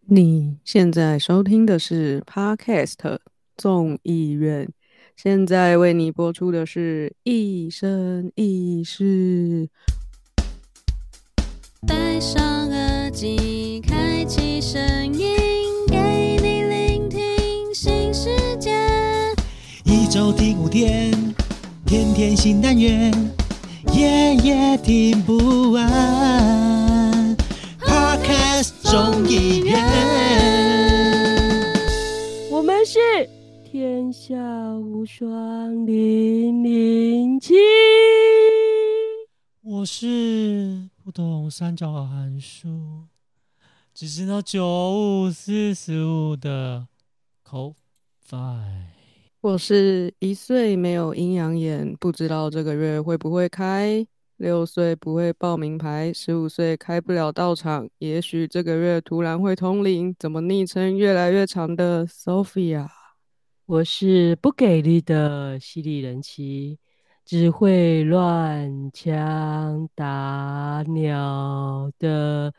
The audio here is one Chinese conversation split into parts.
你现在收听的是 Podcast 众议院，现在为你播出的是一生一世。戴上耳机，开启声音，给你聆听新世界。 一周听5天，天天新单元，夜夜听不完。Podcast 众议院， 我们是天下无双007。 我是不懂三角函数，只知道9545的 Ko-Fi。 我是1岁没有阴阳眼，不知道这个月会不会开，6岁不会报名牌，15岁开不了道场，也许这个月突然会通灵，怎么昵称越来越长的 Sophia。 我是不给力的犀利人妻，只会乱枪打鸟的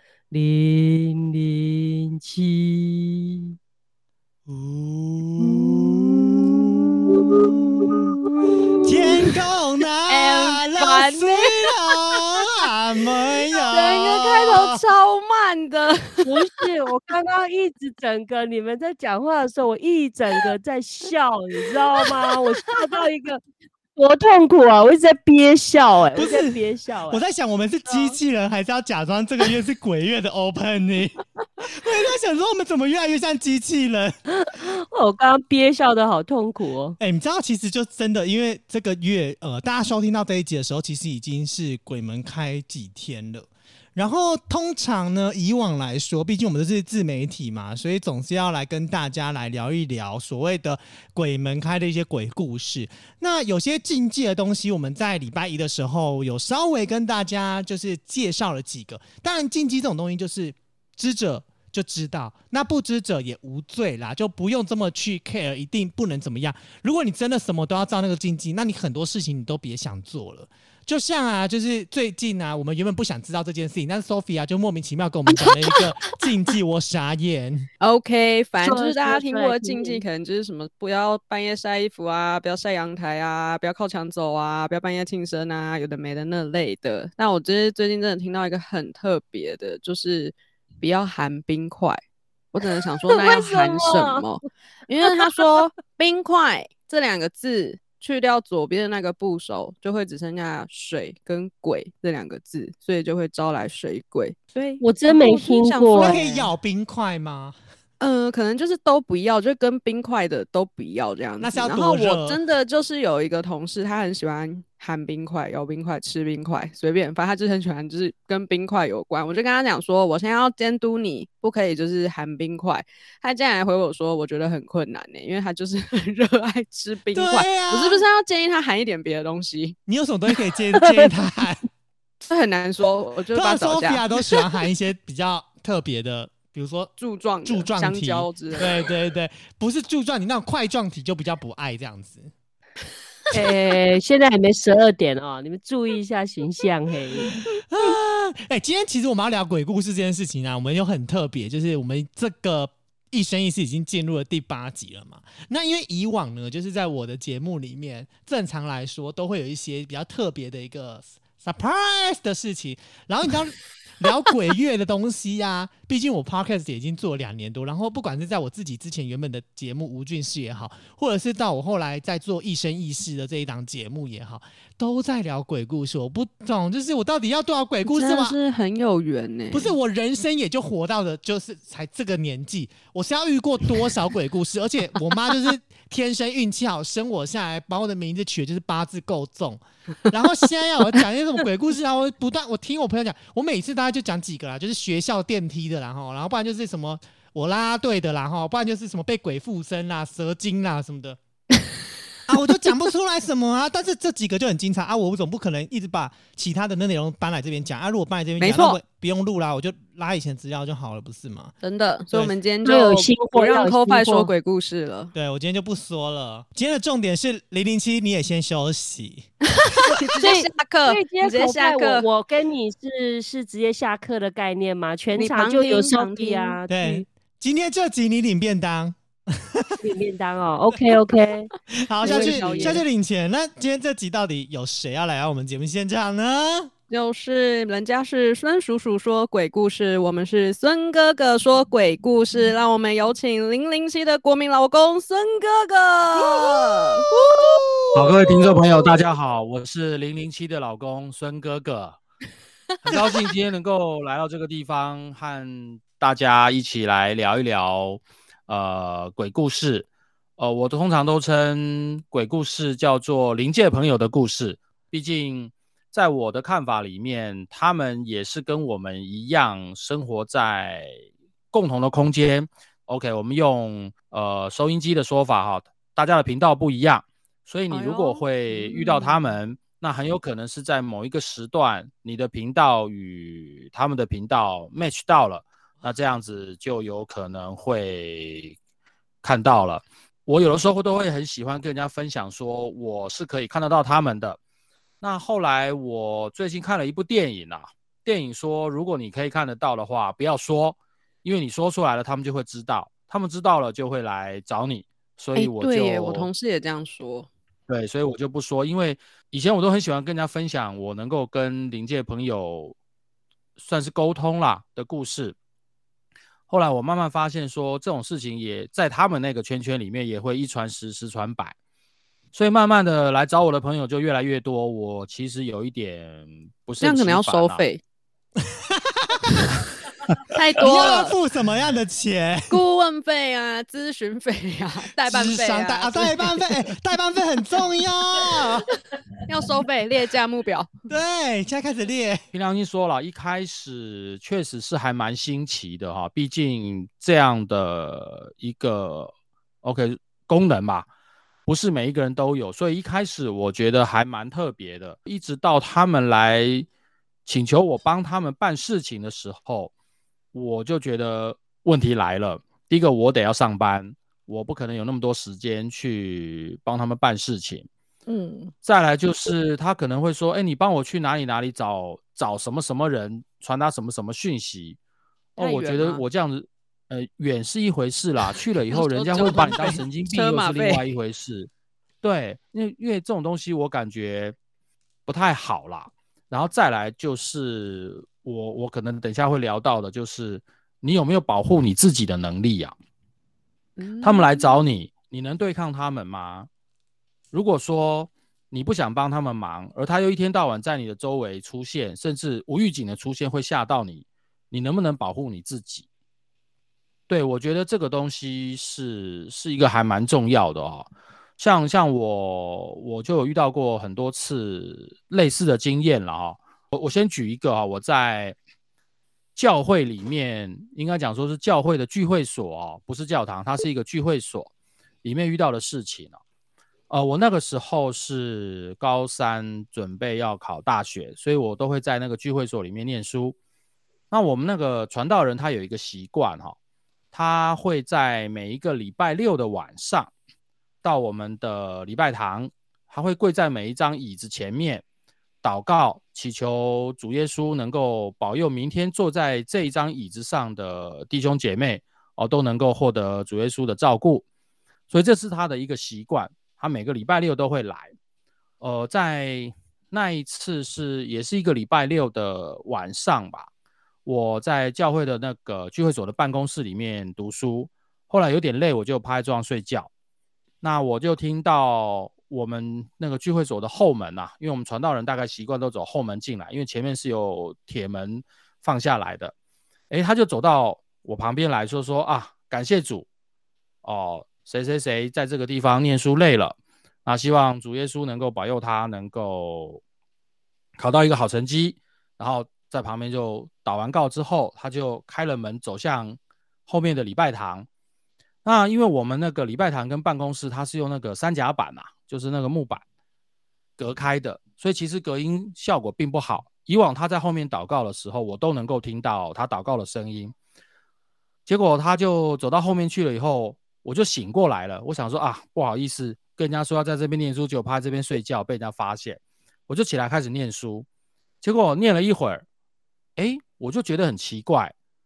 007。 天空那老水啊，没有。 整个开头超慢的， 不是，我刚刚一直整个你们在讲话的时候，我一整个在笑，你知道吗？我笑到一个多痛苦啊！我一直在憋笑， 不是我在憋笑， 我在想我们是机器人，还是要假装这个月是鬼月的 opening？ 我也在想说我们怎么越来越像机器人。 我刚刚憋笑的好痛苦哦。 你知道其实就真的因为这个月大家收听到这一集的时候，其实已经是鬼门开几天了。然后通常呢，以往来说，毕竟我们都是自媒体嘛，所以总是要来跟大家来聊一聊所谓的鬼门开的一些鬼故事。那有些禁忌的东西，我们在礼拜一的时候有稍微跟大家就是介绍了几个。当然，禁忌这种东西就是知者就知道，那不知者也无罪啦，就不用这么去 care， 一定不能怎么样。如果你真的什么都要照那个禁忌，那你很多事情你都别想做了。就像啊，就是最近啊，我们原本不想知道这件事情，但是 Sophia 就莫名其妙跟我们讲了一个禁忌，我傻眼。 OK， 反正就是大家听过的禁忌，可能就是什么不要半夜晒衣服啊，不要晒阳台啊，不要靠墙走啊，不要半夜庆生啊，有的没的那类的。那我最近真的听到一个很特别的，就是不要含冰块。我只能想说，那要含什么？因为他说冰块这2个字。去掉左边的那个部首，就会只剩下水跟鬼这2个字，所以就会招来水鬼。所以我真没听过。 那可以咬冰块吗？ 可能就是都不要，就跟冰块的都不要这样子。 那是要多热？ 然后我真的就是有一个同事，他很喜欢含冰块、咬冰块、吃冰块，随便，反正他就很喜欢，就是跟冰块有关。我就跟他讲说，我现在要监督你，不可以就是含冰块。他竟然还回我说，我觉得很困难因为他就是很热爱吃冰块。 啊、 我是不是要建议他含一点别的东西？ 你有什么东西可以建议他含？ 这很难说，我就把他找架。 Sophia 都喜欢含一些比较特别的。比如说柱状体、 香蕉之类的， 对对对，不是柱状体，那种块状体就比较不爱这样子。 现在还没12点哦，你们注意一下形象嘿。 今天其实我们要聊鬼故事这件事情啊，我们有很特别，就是我们这个一生一世已经进入了第8集了嘛。那因为以往呢，就是在我的节目里面，正常来说都会有一些比较特别的一个 surprise 的事情，然后你知道。聊鬼月的东西啊，毕竟我 podcast 也已经做了2年多，然后不管是在我自己之前原本的节目无菌室也好，或者是到我后来在做一生一世的这一档节目也好，都在聊鬼故事。我不懂，就是我到底要多少鬼故事吗？ 真的是很有缘不是，我人生也就活到的就是才这个年纪，我是要遇过多少鬼故事？而且我妈就是天生运气好，生我下来把我的名字取的就是8字够重。然后现在要我讲一些什么鬼故事啊，我听我朋友讲，我每次大概就讲几个啦，就是学校电梯的啦，然后不然就是什么我啦啦队的啦，不然就是什么被鬼附身啦、蛇精啦什么的。我就讲不出来什么啊，但是这几个就很精彩啊，我总不可能一直把其他的内容搬来这边讲啊，如果搬来这边讲，那不用录啦，我就拉以前资料就好了，不是吗？ 真的，所以我们今天就不让 Ko-Fi 说鬼故事了。 对，我今天就不说了。今天的重点是007，你也先休息。 直接下课，直接下课。 我跟你是直接下课的概念吗？全场就有 Sophia 啊。 对， 今天这集你领便当。 领便当哦，OK OK， 好，下去领钱。那今天这集到底有谁要来到我们节目现场呢？ 就是人家是孙叔叔说鬼故事，我们是孙哥哥说鬼故事，让我们有请007的国民老公孙哥哥。 好，各位听众朋友，大家好，我是007的老公孙哥哥，很高兴今天能够来到这个地方，和大家一起来聊一聊鬼故事。我通常都称鬼故事叫做灵界朋友的故事，毕竟在我的看法里面，他们也是跟我们一样生活在共同的空间。OK， 我们用收音机的说法哈，大家的频道不一样，所以你如果会遇到他们，那很有可能是在某一个时段，你的频道与他们的频道 match 到了，那这样子就有可能会看到了。我有的时候都会很喜欢跟人家分享说，我是可以看得到他们的。那后来我最近看了一部电影啊，电影说如果你可以看得到的话，不要说，因为你说出来了，他们就会知道，他们知道了就会来找你，所以我就对耶，我同事也这样说。 对，所以我就不说，因为以前我都很喜欢跟人家分享我能够跟灵界朋友算是沟通啦的故事。后来我慢慢发现说，这种事情也在他们那个圈圈里面也会一传十，十传百。所以慢慢的来找我的朋友就越来越多，我其实有一点不是很这样可能要收费，太多了。 你要付什么样的钱？ 顾问费啊，咨询费啊，代办费啊， 代办费，代办费很重要， 要收费，列价目表。 对，现在开始列。 凭良心说了，一开始确实是还蛮新奇的哈，毕竟这样的一个 OK 功能吧。不是每一个人都有，所以一开始我觉得还蛮特别的。一直到他们来请求我帮他们办事情的时候，我就觉得问题来了。第一个，我得要上班，我不可能有那么多时间去帮他们办事情。再来就是他可能会说，哎，你帮我去哪里哪里找什么什么人，传达什么什么讯息。我觉得我这样子。远是一回事啦，去了以后人家会把你当神经病又是另外一回事。对，因为这种东西我感觉不太好啦。然后再来就是我可能等一下会聊到的，就是你有没有保护你自己的能力啊？他们来找你，你能对抗他们吗？如果说你不想帮他们忙，而他又一天到晚在你的周围出现，甚至无预警的出现会吓到你，你能不能保护你自己？对，我觉得这个东西是一个还蛮重要的哦。像我就有遇到过很多次类似的经验了哈。我先举一个啊，我在教会里面，应该讲说是教会的聚会所哦，不是教堂，它是一个聚会所里面遇到的事情哦。我那个时候是高3准备要考大学，所以我都会在那个聚会所里面念书。那我们那个传道人他有一个习惯哈。他会在每一个礼拜六的晚上到我们的礼拜堂，他会跪在每一张椅子前面祷告，祈求主耶稣能够保佑明天坐在这一张椅子上的弟兄姐妹都能够获得主耶稣的照顾。所以这是他的一个习惯，他每个礼拜六都会来。在那一次也是一个礼拜六的晚上吧。我在教会的那个聚会所的办公室里面读书，后来有点累，我就趴在桌上睡觉。那我就听到我们那个聚会所的后门啊，因为我们传道人大概习惯都走后门进来，因为前面是有铁门放下来的。他就走到我旁边来说啊，感谢主谁谁谁在这个地方念书累了，那希望主耶稣能够保佑他能够考到一个好成绩，然后在旁边就祷完告之后，他就开了门走向后面的礼拜堂。那因为我们那个礼拜堂跟办公室它是用那个三甲板啊，就是那个木板隔开的，所以其实隔音效果并不好。以往他在后面祷告的时候，我都能够听到他祷告的声音。结果他就走到后面去了以后，我就醒过来了。我想说啊，不好意思跟人家说要在这边念书，结果怕在这边睡觉被人家发现，我就起来开始念书。结果念了一会儿，我就觉得很奇怪，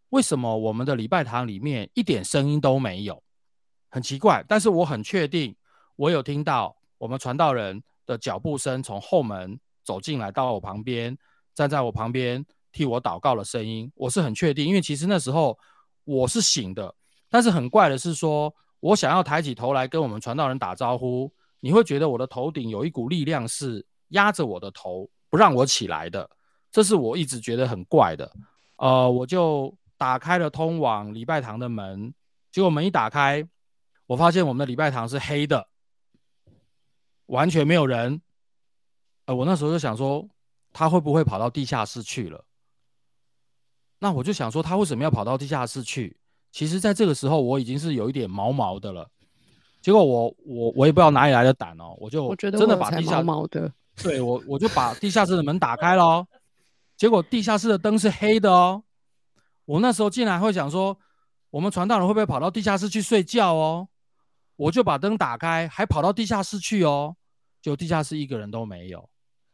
为什么我们的礼拜堂里面一点声音都没有？很奇怪，但是我很确定，我有听到我们传道人的脚步声从后门走进来，到我旁边，站在我旁边替我祷告的声音，我是很确定，因为其实那时候我是醒的，但是很怪的是说，我想要抬起头来跟我们传道人打招呼，你会觉得我的头顶有一股力量是压着我的头，不让我起来的，这是我一直觉得很怪的。我就打开了通往礼拜堂的门，结果门一打开，我发现我们的礼拜堂是黑的，完全没有人。我那时候就想说，他会不会跑到地下室去了？那我就想说，他为什么要跑到地下室去？其实在这个时候，我已经是有一点毛毛的了。结果我也不知道哪里来的胆哦，我就真的把地下毛毛的， 对我就把地下室的门打开了哦。结果地下室的灯是黑的哦。我那时候竟然会想说，我们传道人会不会跑到地下室去睡觉哦？我就把灯打开，还跑到地下室去哦。就地下室一个人都没有。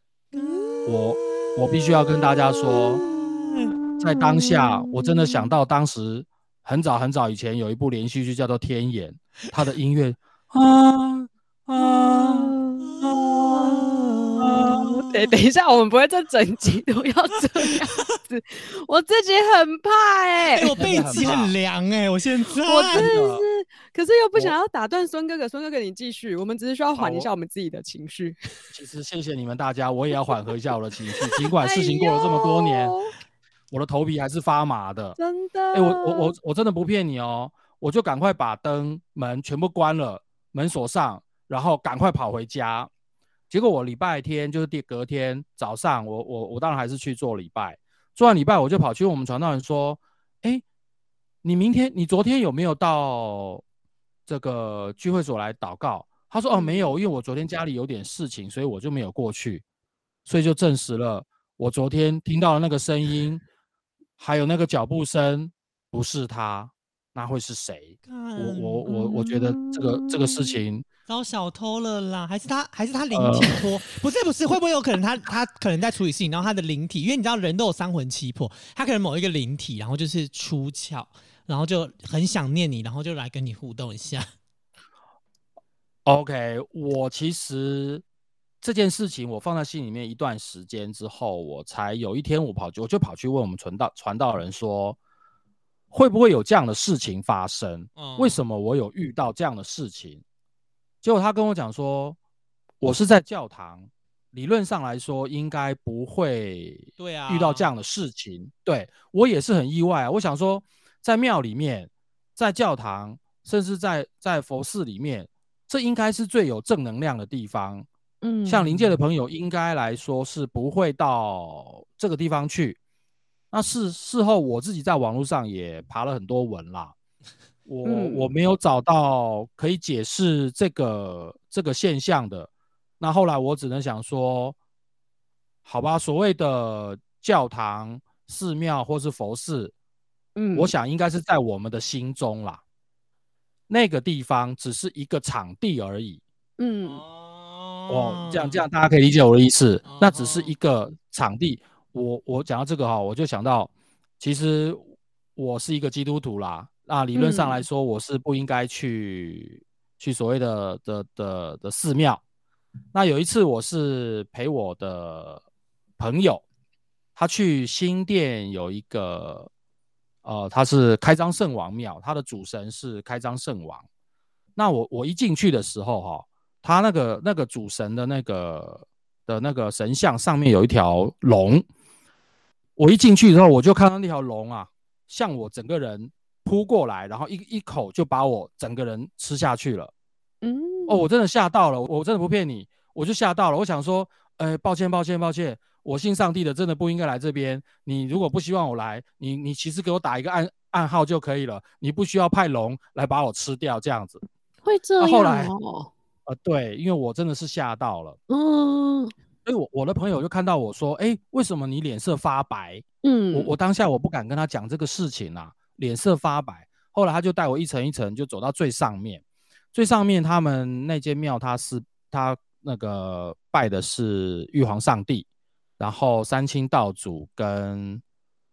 我必须要跟大家说，在当下我真的想到当时很早很早以前有一部连续剧叫做《天眼》，它的音乐等一下，我们不会这整集都要这样子，我自己很怕我背脊很凉我现在我真的是，可是又不想要打断孙哥哥，孙哥哥你继续，我们只是需要缓一下我们自己的情绪。 其实谢谢你们大家，我也要缓和一下我的情绪，尽管事情过了这么多年，我的头皮还是发麻的， 真的。 我真的不骗你哦，我就赶快把灯门全部关了，门锁上，然后赶快跑回家。结果我礼拜天就是隔天早上，我当然还是去做礼拜，做完礼拜我就跑去问我们传道人说，你昨天有没有到这个聚会所来祷告？他说没有，因为我昨天家里有点事情，所以我就没有过去，所以就证实了我昨天听到的那个声音，还有那个脚步声不是他，那会是谁？我觉得这个事情遭小偷了啦，还是他灵体魄？不是，会不会有可能他可能在处理事情，然后他的灵体，因为你知道人都有三魂七魄，他可能某一个灵体，然后就是出窍，然后就很想念你，然后就来跟你互动一下。 OK， 我其实这件事情我放在心里面一段时间之后，我才有一天我就跑去问我们传道人说，会不会有这样的事情发生？为什么我有遇到这样的事情？结果他跟我讲说，我是在教堂，理论上来说应该不会遇到这样的事情。对，我也是很意外啊。我想说，在庙里面，在教堂，甚至在佛寺里面，这应该是最有正能量的地方。像灵界的朋友应该来说是不会到这个地方去。那事后我自己在网络上也爬了很多文啦。我没有找到可以解释这个现象的，那后来我只能想说，好吧，所谓的教堂、寺庙或是佛寺，我想应该是在我们的心中啦，那个地方只是一个场地而已。这样大家可以理解我的意思。那只是一个场地。我讲到这个我就想到，其实我是一个基督徒啦。那理论上来说，我是不应该去所谓的寺庙。那有一次，我是陪我的朋友，他去新店有一个他是开张圣王庙，他的主神是开张圣王。那我一进去的时候他那个主神的那个神像上面有一条龙。我一进去之后，我就看到那条龙向我整个人扑过来，然后一口就把我整个人吃下去了。我真的吓到了，我真的不骗你，我就吓到了。我想说，抱歉，我信上帝的，真的不应该来这边。你如果不希望我来，你其实给我打一个暗号就可以了，你不需要派龙来把我吃掉这样子。 会这样后来对，因为我真的是吓到了。所以我的朋友就看到我说，为什么你脸色发白？我当下我不敢跟他讲这个事情脸色发白。后来他就带我一层一层就走到最上面，他们那间庙他那个拜的是玉皇上帝，然后三清道祖跟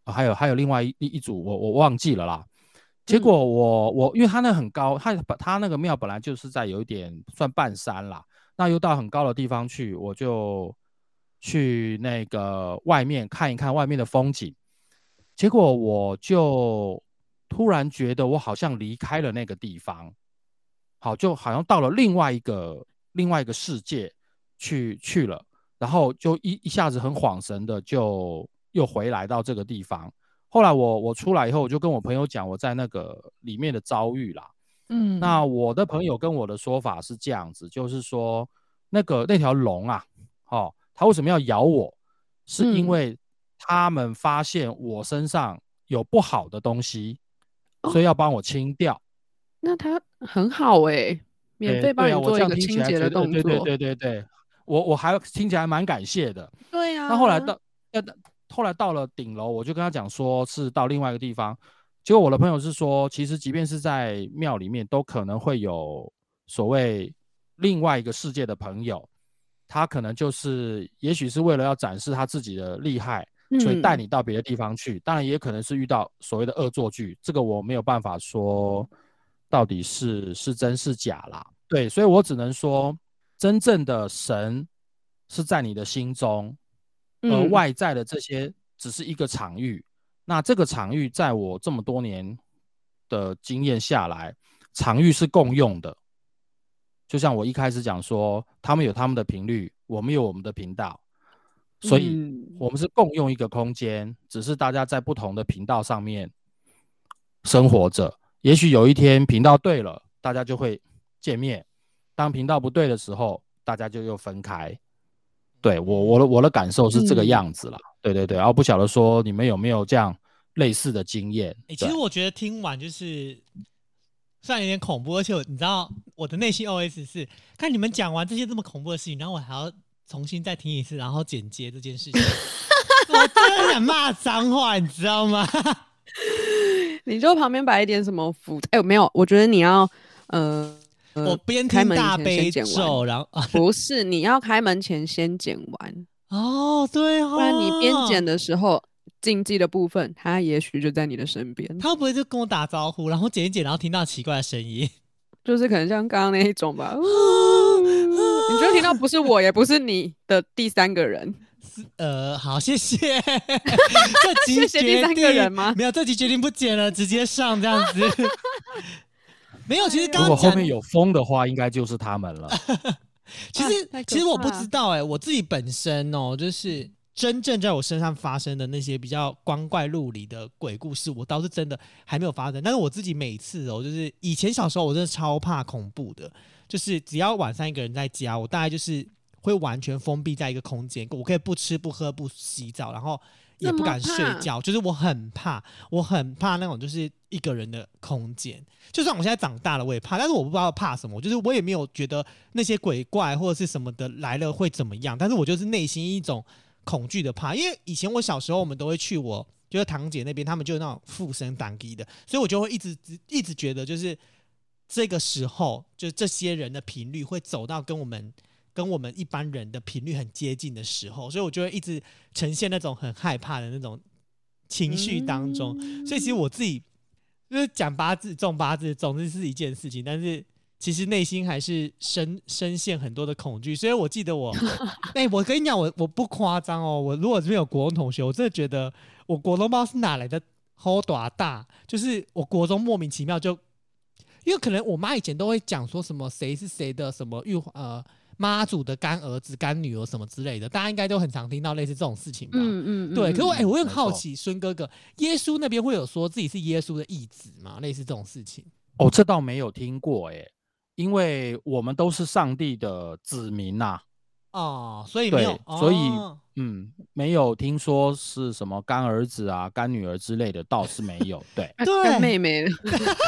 还有另外一组我忘记了啦。结果我因为他那很高，他那个庙本来就是在有一点算半山啦，那又到很高的地方去，我就去那个外面看一看外面的风景。结果我就突然觉得我好像离开了那个地方，就好像到了另外一个世界去了，然后就一下子很恍神的就又回来到这个地方。后来我出来以后，我就跟我朋友讲我在那个里面的遭遇啦。那我的朋友跟我的说法是这样子，就是说那条龙啊，它为什么要咬我？是因为他们发现我身上有不好的东西，所以要帮我清掉。 那他很好免费帮你做一个清洁的动作。 对，我还听起来蛮感谢的。 对啊。 那后来到了顶楼，我就跟他讲说是到另外一个地方。结果我的朋友是说，其实即便是在庙里面，都可能会有所谓另外一个世界的朋友，他可能就是也许是为了要展示他自己的厉害，所以带你到别的地方去。当然也可能是遇到所谓的恶作剧，这个我没有办法说到底是真是假啦。对，所以我只能说，真正的神是在你的心中，而外在的这些只是一个场域。那这个场域在我这么多年的经验下来，场域是共用的。就像我一开始讲说，他们有他们的频率，我们有我们的频道，所以我们是共用一个空间，只是大家在不同的频道上面生活着。也许有一天频道对了，大家就会见面；当频道不对的时候，大家就又分开。对，我的感受是这个样子啦。对，然后不晓得说你们有没有这样类似的经验？ 其实我觉得听完就是虽然有点恐怖，而且你知道我的内心 OS 是看你们讲完这些这么恐怖的事情，然后我还要重新再听一次，然后剪接这件事情，我真的想骂脏话，你知道吗？ 你就旁边摆一点什么辅没有，我觉得你要我边听大悲咒，然后不是，你要开门前先剪完对不然你边剪的时候禁忌的部分，他也许就在你的身边， 他会不会就跟我打招呼，然后剪一剪，然后听到奇怪的声音， 就是可能像刚刚那一种吧，你就听到不是我也不是你的第三个人。 好，谢谢。这集谢谢第三个人吗？ 没有，这集决定不剪了，直接上这样子。没有，其实刚刚如果后面有风的话，应该就是他们了。 其实我不知道我自己本身就是真正在我身上发生的那些比较光怪陆离的鬼故事，我倒是真的还没有发生。但是我自己每次就是以前小时候我真的超怕恐怖的，就是只要晚上一个人在家，我大概就是会完全封闭在一个空间，我可以不吃不喝不洗澡，然后也不敢睡觉，就是我很怕那种就是一个人的空间。就算我现在长大了我也怕，但是我不知道怕什么，就是我也没有觉得那些鬼怪或者是什么的来了会怎么样，但是我就是内心一种恐惧的怕。因为以前我小时候我们都会去我就是堂姐那边，他们就是那种附身当机的，所以我就会一直觉得就是这个时候就这些人的频率会走到跟我们一般人的频率很接近的时候，所以我就会一直呈现那种很害怕的那种情绪当中。所以其实我自己就是讲八字中八字总之是一件事情，但是其实内心还是深陷很多的恐惧。所以我记得我我跟你讲，我不夸张我如果这边有国中同学，我真的觉得我国中不知道是哪来的好大，就是我国中莫名其妙就因为可能我妈以前都会讲说什么谁是谁的什么妈祖的干儿子干女儿什么之类的，大家应该都很常听到类似这种事情吧。对。可是我很好奇，孙哥哥，耶稣那边会有说自己是耶稣的义子吗？类似这种事情？ 这倒没有听过因为我们都是上帝的子民呐。 所以没有， 所以没有听说是什么干儿子啊、干女儿之类的，倒是没有。对， 干妹妹了，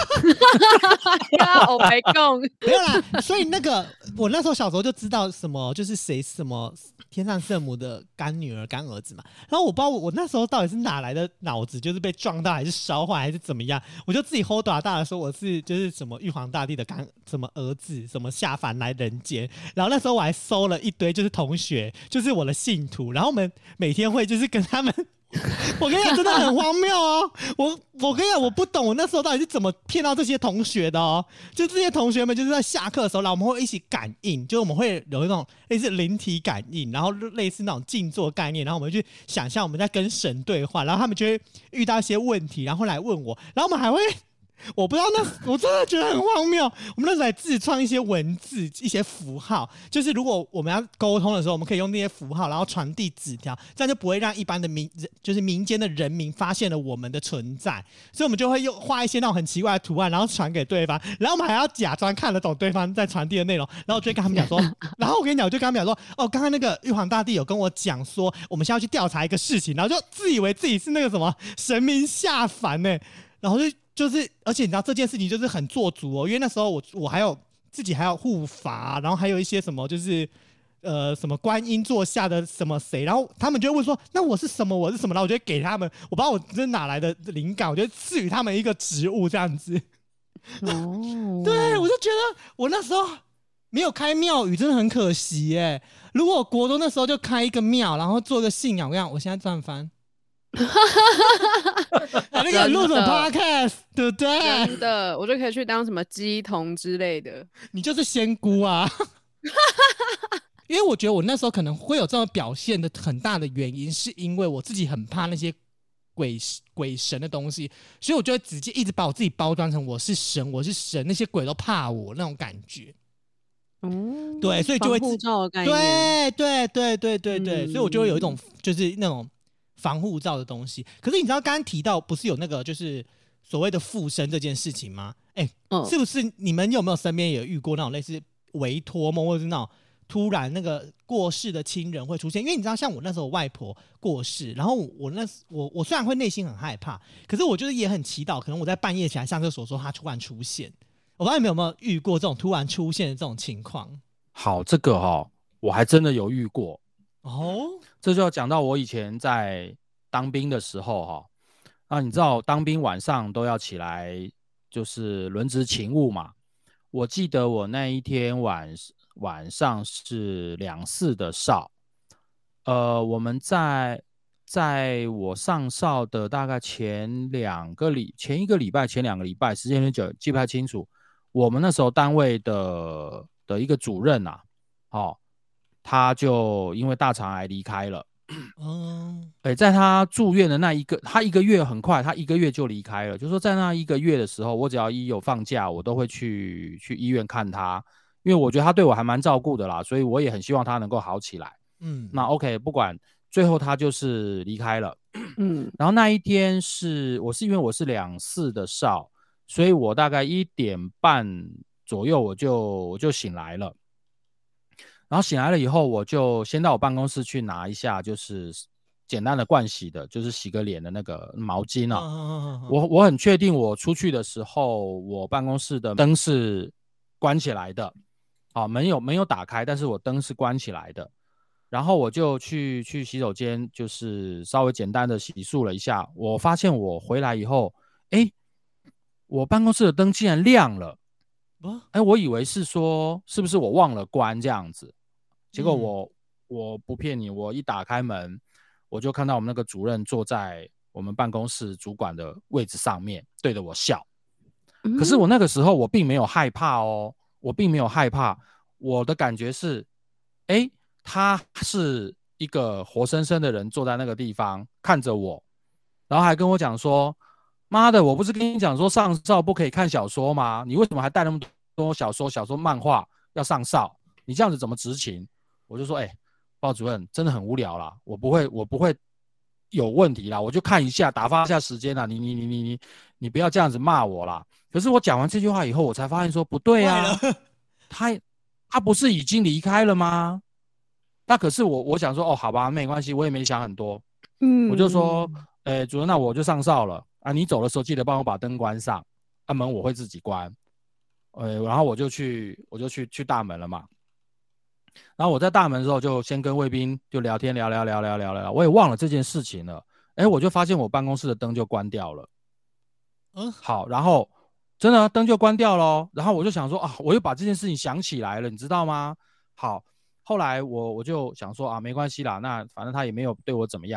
我没空， 没有啦。所以那个我那时候小时候就知道什么，就是谁什么天上圣母的干女儿、干儿子嘛。然后我不知道我那时候到底是哪来的脑子，就是被撞到还是烧坏还是怎么样，我就自己吼大的说我是就是什么玉皇大帝的什么儿子，什么下凡来人间。然后那时候我还收了一堆就是同学，就是我的信徒，然后我们每天会就是跟他们我跟你讲，真的很荒谬哦！我跟你讲，我不懂我那时候到底是怎么骗到这些同学的哦。就这些同学们就是在下课的时候，然后我们会一起感应，就是我们会有一种类似灵体感应，然后类似那种静坐概念，然后我们去想象我们在跟神对话，然后他们就会遇到一些问题，然后来问我，然后我们还会。我不知道我真的觉得很荒谬。我们那时候还自创一些文字、一些符号，就是如果我们要沟通的时候，我们可以用那些符号，然后传递纸条，这样就不会让一般的就是民间的人民发现了我们的存在。所以我们就会用画一些那种很奇怪的图案，然后传给对方，然后我们还要假装看得懂对方在传递的内容，然后我就会跟他们讲说，然后我跟你讲，我就跟他们讲说，哦，刚刚那个玉皇大帝有跟我讲说，我们现在要去调查一个事情，然后就自以为自己是那个什么神明下凡呢，然后就是，而且你知道这件事情就是很做足哦，因为那时候我还有自己还有护法，然后还有一些什么就是什么观音座下的什么谁，然后他们就会问说那我是什么，我是什么，然后我就会给他们，我不知道我这哪来的灵感，我就赐予他们一个职务这样子。哦，对，我就觉得我那时候没有开庙宇真的很可惜耶。如果我国中那时候就开一个庙，然后做一个信仰，我跟你讲，我现在赚翻。那个录什么 podcast 对不对？ 真的，我就可以去当什么鸡童之类的。 你就是仙姑啊！因为我觉得我那时候可能会有这种表现的很大的原因，是因为我自己很怕那些鬼神的东西，所以我就会直接一直把我自己包装成我是神，我是神，那些鬼都怕我那种感觉。对，所以就会防护罩的概念。 对，所以我就会有一种就是那种。防护罩的东西，可是你知道刚刚提到不是有那个就是所谓的附身这件事情吗？是不是你们有没有身边有遇过那种类似委托梦，或者是那种突然那个过世的亲人会出现？因为你知道，像我那时候我外婆过世，然后我虽然会内心很害怕，可是我就是也很祈祷，可能我在半夜起来上厕所的时候，他突然出现。我不知道你们有没有遇过这种突然出现的这种情况？ 好，这个我还真的有遇过。这就要讲到我以前在当兵的时候你知道当兵晚上都要起来就是轮值勤务嘛。我记得我那一天晚上是2/4的哨，我们在我上哨的大概前一个礼拜、前2个礼拜，时间有点久，记不太清楚。我们那时候单位的一个主任他就因为大肠癌离开了。在他住院的他1个月很快，他1个月就离开了。就是说在那1个月的时候，我只要一有放假，我都会去医院看他，因为我觉得他对我还蛮照顾的啦，所以我也很希望他能够好起来。那 OK， 不管最后他就是离开了。然后那一天因为我是2/4的哨，所以我大概1点半左右我就醒来了。然后醒来了以后，我就先到我办公室去拿一下，就是简单的盥洗的，就是洗个脸的那个毛巾啊。我很确定，我出去的时候，我办公室的灯是关起来的，门没有打开，但是我灯是关起来的。然后我就去洗手间，就是稍微简单的洗漱了一下。我发现我回来以后，我办公室的灯竟然亮了。我以为是说是不是我忘了关这样子。结果我不骗你，我一打开门，我就看到我们那个主任坐在我们办公室主管的位置上面，对着我笑。可是我那个时候我并没有害怕我并没有害怕，我的感觉是，他是一个活生生的人坐在那个地方看着我，然后还跟我讲说，妈的，我不是跟你讲说上哨不可以看小说吗？你为什么还带那么多小说漫画要上哨？你这样子怎么执勤？我就说，鲍主任真的很无聊啦，我不会有问题啦，我就看一下，打发一下时间啦，你不要这样子骂我啦。可是我讲完这句话以后，我才发现说不对啊，他不是已经离开了吗？那可是我想说，好吧，没关系，我也没想很多，我就说，主任，那我就上哨了啊，你走的时候记得帮我把灯关上，门我会自己关，然后我就去大门了嘛。然后我在大门的时候就先跟卫兵就聊天聊，我也忘了这件事情了。我就发现我办公室的灯就关掉了。好，然后真的灯就关掉了。然后我就想说我又把这件事情想起来了，你知道吗？好，后来我就想说没关系啦，那反正他也没有对我怎么样。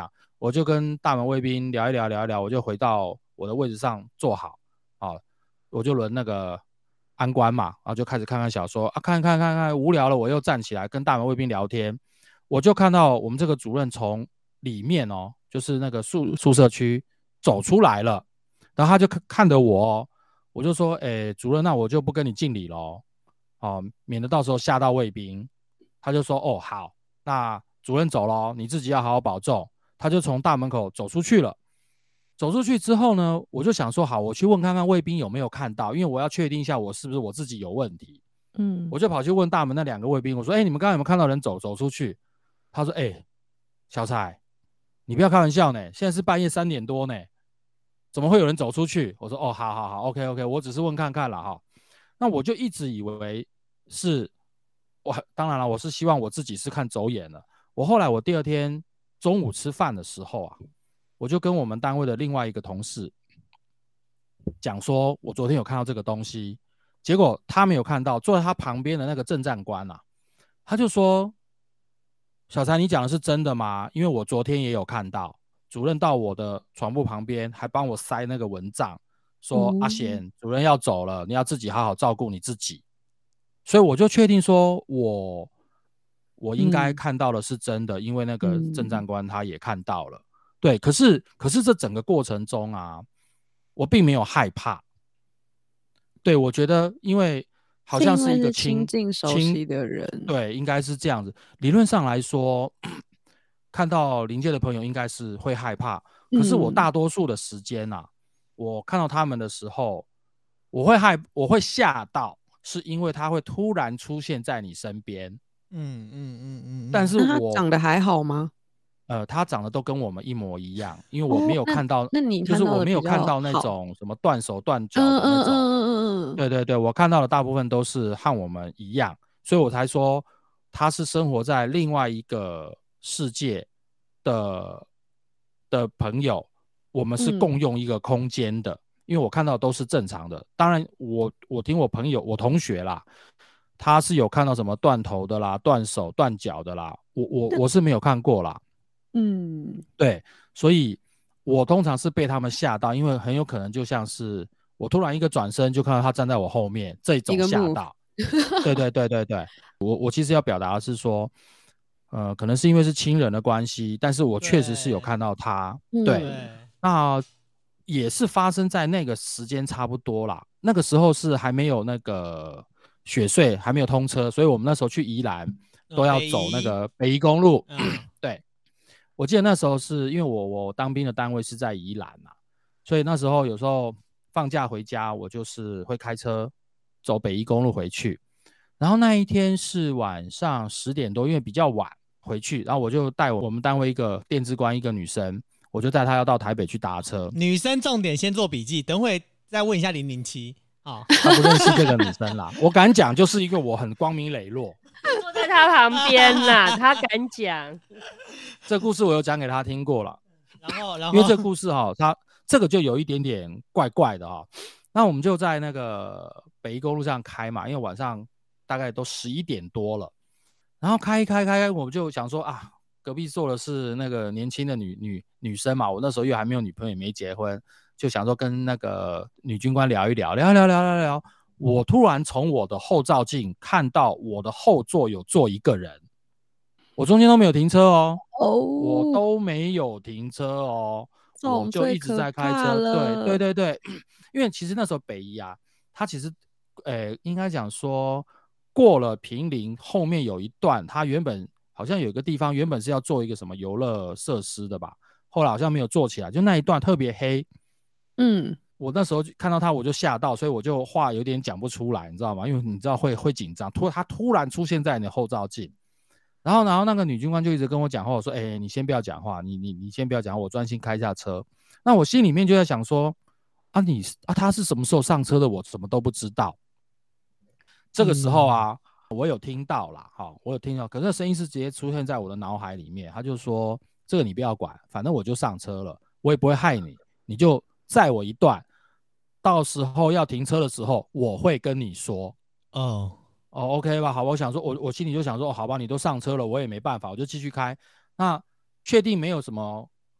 我就跟大门卫兵聊一聊，我就回到我的位置上坐好，我就轮那个安官嘛，然后就开始看看小说啊，看，无聊了，我又站起来跟大门卫兵聊天，我就看到我们这个主任从里面就是那个宿舍区走出来了，然后他就看着我我就说，主任，那我就不跟你敬礼咯，免得到时候吓到卫兵。他就说，哦，好，那主任走咯，你自己要好好保重。他就从大门口走出去了。走出去之后呢，我就想说，好，我去问看看卫兵有没有看到，因为我要确定一下我是不是我自己有问题。我就跑去问大门那2个卫兵，我说，你们刚刚有没有看到人走出去？他说，小蔡，你不要开玩笑呢，现在是半夜3点多呢，怎么会有人走出去？我说，哦，好 ，OK， 我只是问看看啦哈。那我就一直以为是当然了，我是希望我自己是看走眼了。后来我第2天中午吃饭的时候啊，我就跟我们单位的另外一个同事讲说，我昨天有看到这个东西，结果他没有看到，坐在他旁边的那个政战官啊，他就说，小蔡，你讲的是真的吗？因为我昨天也有看到，主任到我的床铺旁边还帮我塞那个蚊帐，说阿贤，主任要走了，你要自己好好照顾你自己。所以我就确定说我应该看到的是真的，因为那个政战官他也看到了。对，可是这整个过程中啊，我并没有害怕。对，我觉得因为好像是一个亲近熟悉的人， 对，应该是这样子。理论上来说，看到临界的朋友应该是会害怕，可是我大多数的时间啊，我看到他们的时候，我会吓到。是因为他会突然出现在你身边，但是他长得还好吗？ 他长得都跟我们一模一样，因为我没有看到， 那你就是我没有看到那种什么断手断脚的那种，对，我看到的大部分都是和我们一样，所以我才说他是生活在另外一个世界的朋友，我们是共用一个空间的。因为我看到都是正常的，当然我听我朋友我同学啦，他是有看到什么断头的啦、断手断脚的啦，我是没有看过啦。对，所以我通常是被他们吓到，因为很有可能就像是我突然一个转身就看到他站在我后面，这种吓到。对，我其实要表达的是说，可能是因为是亲人的关系，但是我确实是有看到他。对，那也是发生在那个时间差不多啦，那个时候是还没有那个雪隧还没有通车，所以我们那时候去宜兰都要走那个北宜公路。对，我记得那时候是因为我当兵的单位是在宜兰嘛，所以那时候有时候放假回家，我就是会开车走北宜公路回去。然后那一天是晚上10点多，因为比较晚回去，然后我就带我们单位一个电资官一个女生。我就带他要到台北去搭车。 女生重点先做笔记，等会再问一下007。 他不认识这个女生啦。我敢讲，就是一个我很光明磊落， 坐在他旁边啦，他敢讲。 这故事我有讲给他听过了。 然后， 因为这故事他这个就有一点点怪怪的那我们就在那个北宜公路上开嘛，因为晚上大概都11点多了，然后开，我们就想说啊。隔壁坐的是那个年轻的女生嘛，我那时候又还没有女朋友，也没结婚，就想说跟那个女军官聊一聊。我突然从我的后照镜看到我的后座有坐一个人，我中间都没有停车我都没有停车我就一直在开车。对，因为其实那时候北宜啊，它其实应该讲说过了坪林后面有一段，它原本。好像有一个地方原本是要做一个什么游乐设施的吧，后来好像没有做起来，就那一段特别黑。我那时候看到他我就吓到，所以我就话有点讲不出来，你知道吗？因为你知道会紧张，他突然出现在你的后照镜，然后那个女军官就一直跟我讲话，我说你先不要讲话，你先不要讲话，我专心开下车。那我心里面就在想说他是什么时候上车的，我什么都不知道。这个时候啊。我有听到啦，我有听到，可是声音是直接出现在我的脑海里面。他就说：“这个你不要管，反正我就上车了，我也不会害你，你就载我一段，到时候要停车的时候，我会跟你说。” OK 吧？好，我想说，我心里就想说，好吧，你都上车了，我也没办法，我就继续开。那确定没有什么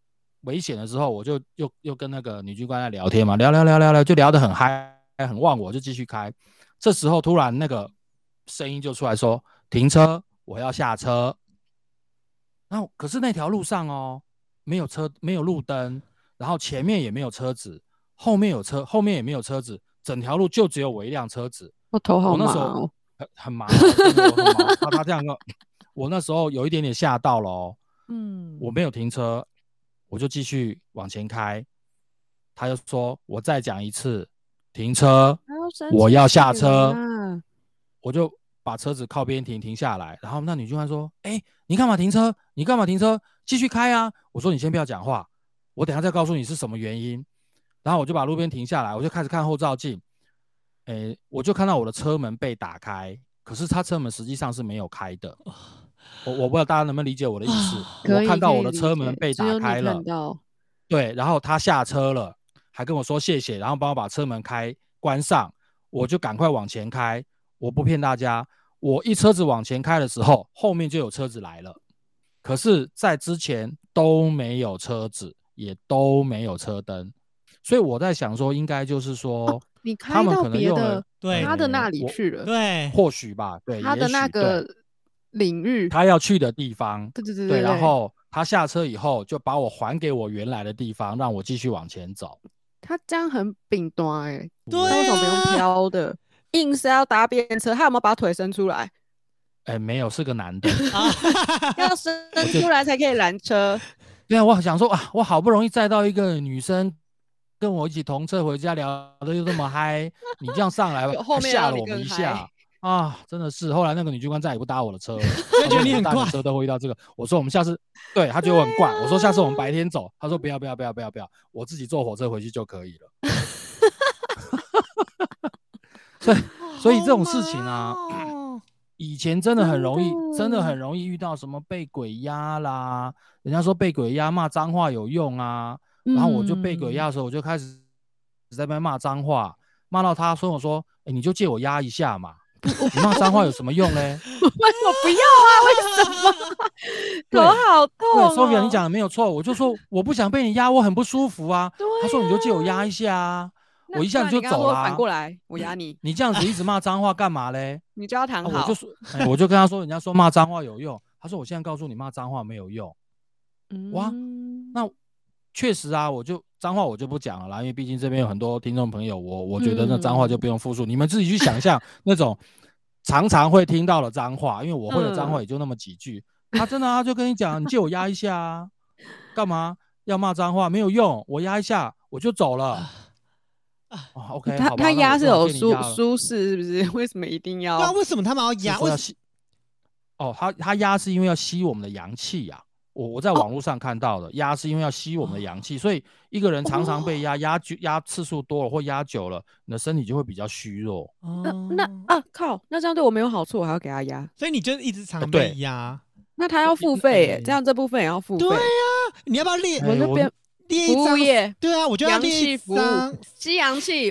危险的时候，我就又跟那个女军官在聊天嘛，聊，就聊得很嗨，很忘我，就继续开。这时候突然那个声音就出来说：“停车，我要下车。”然后可是那条路上哦，没有车，没有路灯，然后前面也没有车子，后面有车，后面也没有车子，整条路就只有我一辆车子。 我头好麻我那时候哦。 很麻，真的我很麻。他这样说，我那时候有一点点吓到了哦。我没有停车，我就继续往前开。他就说：“我再讲一次，停车，我要下车。”我就把车子靠边停下来。然后那女军官说：“你干嘛停车？你干嘛停车？继续开啊！”我说：“你先不要讲话，我等一下再告诉你是什么原因。”然后我就把路边停下来，我就开始看后照镜。我就看到我的车门被打开，可是他车门实际上是没有开的。我不知道大家能不能理解我的意思。我看到我的车门被打开了，对，然后他下车了，还跟我说谢谢，然后帮我把车门关上，我就赶快往前开。我不骗大家，我一车子往前开的时候，后面就有车子来了，可是在之前都没有车子，也都没有车灯，所以我在想说，应该就是说。 你开到别的他的那里去了， 对， 或许吧，对， 他的那个领域， 他要去的地方， 对， 然后他下车以后就把我还给我原来的地方，让我继续往前走。 他这样很饼端对啊， 为什么不用飘的，硬是要搭便车？他有没有把腿伸出来？ 没有，是个男的， 要伸出来才可以拦车。 对啊，我想说啊，我好不容易载到一个女生。跟我一起同车回家，聊的又这么嗨，你这样上来吓了我们一下啊！真的是，后来那个女军官再也不搭我的车了， 我觉得你很怪， 车都会遇到这个。我说我们下次，对他觉得我很怪，我说下次我们白天走，他说不要，我自己坐火车回去就可以了。所以这种事情啊，以前真的很容易遇到什么被鬼压啦，人家说被鬼压骂脏话有用啊。然后我就被鬼压的时候，我就开始在那边骂脏话，骂到他说：“我说，你就借我压一下嘛，你骂脏话有什么用嘞？” 我不要啊，为什么？头好痛哦。 对 ，Sophia 你讲的没有错，我就说我不想被你压，我很不舒服啊。他说：“你就借我压一下啊，我一下子就走了。” 反过来，我压你。 你这样子一直骂脏话干嘛嘞？ 你就要谈好。 我就跟他说，人家说骂脏话有用，他说我现在告诉你骂脏话没有用。哇，那。确实啊，脏话我就不讲了啦，因为毕竟这边有很多听众朋友，我觉得那脏话就不用复述，你们自己去想象那种常常会听到的脏话，因为我会的脏话也就那么几句。他真的他就跟你讲，你借我压一下啊，干嘛要骂脏话？没有用，我压一下我就走了。OK， 他压是有舒适是不是？为什么一定要？ 那为什么他们要压？ 他压是因为要吸我们的阳气呀。我在网络上看到的压是因为要吸我们的阳气，所以一个人常常被压次数多了或压久了，你的身体就会比较虚弱。 靠，那这样对我没有好处，我还要给他压， 所以你就一直常被压。 那他要付费这样这部分也要付费。 对啊，你要不要列？ 我那边列一张服务业， 对啊，我就要列一张吸阳气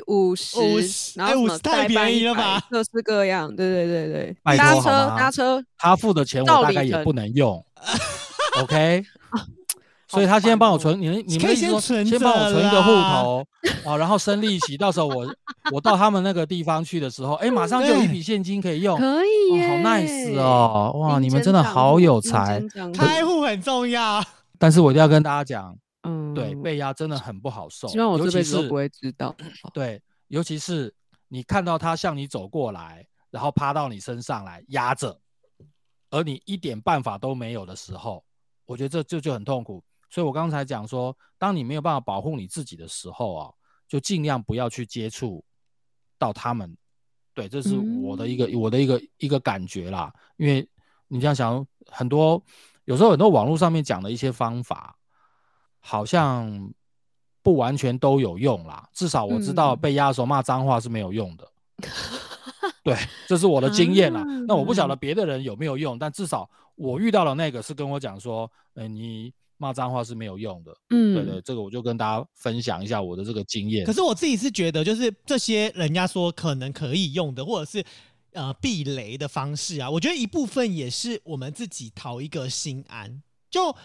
50，然后 50太便宜了吧？ 各式各样，对， 搭车， 他付的钱我大概也不能用。OK， 所以他先帮我存，你们意思说先帮我存一个户头然后生利息，到时候我到他们那个地方去的时候，马上就有一笔现金可以用， 可以耶， 好 nice 哦，哇，你们真的好有才， 开户很重要。 但是我一定要跟大家讲，对，被压真的很不好受， 希望我这辈子都不会知道。 对，尤其是你看到他向你走过来，然后趴到你身上来压着，而你一点办法都没有的时候。我觉得这就很痛苦，所以我刚才讲说，当你没有办法保护你自己的时候啊，就尽量不要去接触到他们。对，这是我的一个感觉啦。因为你这样想，有时候很多网络上面讲的一些方法，好像不完全都有用啦。至少我知道被压的时候骂脏话是没有用的。对，这是我的经验啦。那我不晓得别的人有没有用，但至少我遇到的那个是跟我讲说，你骂脏话是没有用的。对，这个我就跟大家分享一下我的这个经验。 可是我自己是觉得，就是这些人家说可能可以用的，或者是避雷的方式啊，我觉得一部分也是我们自己讨一个心安。就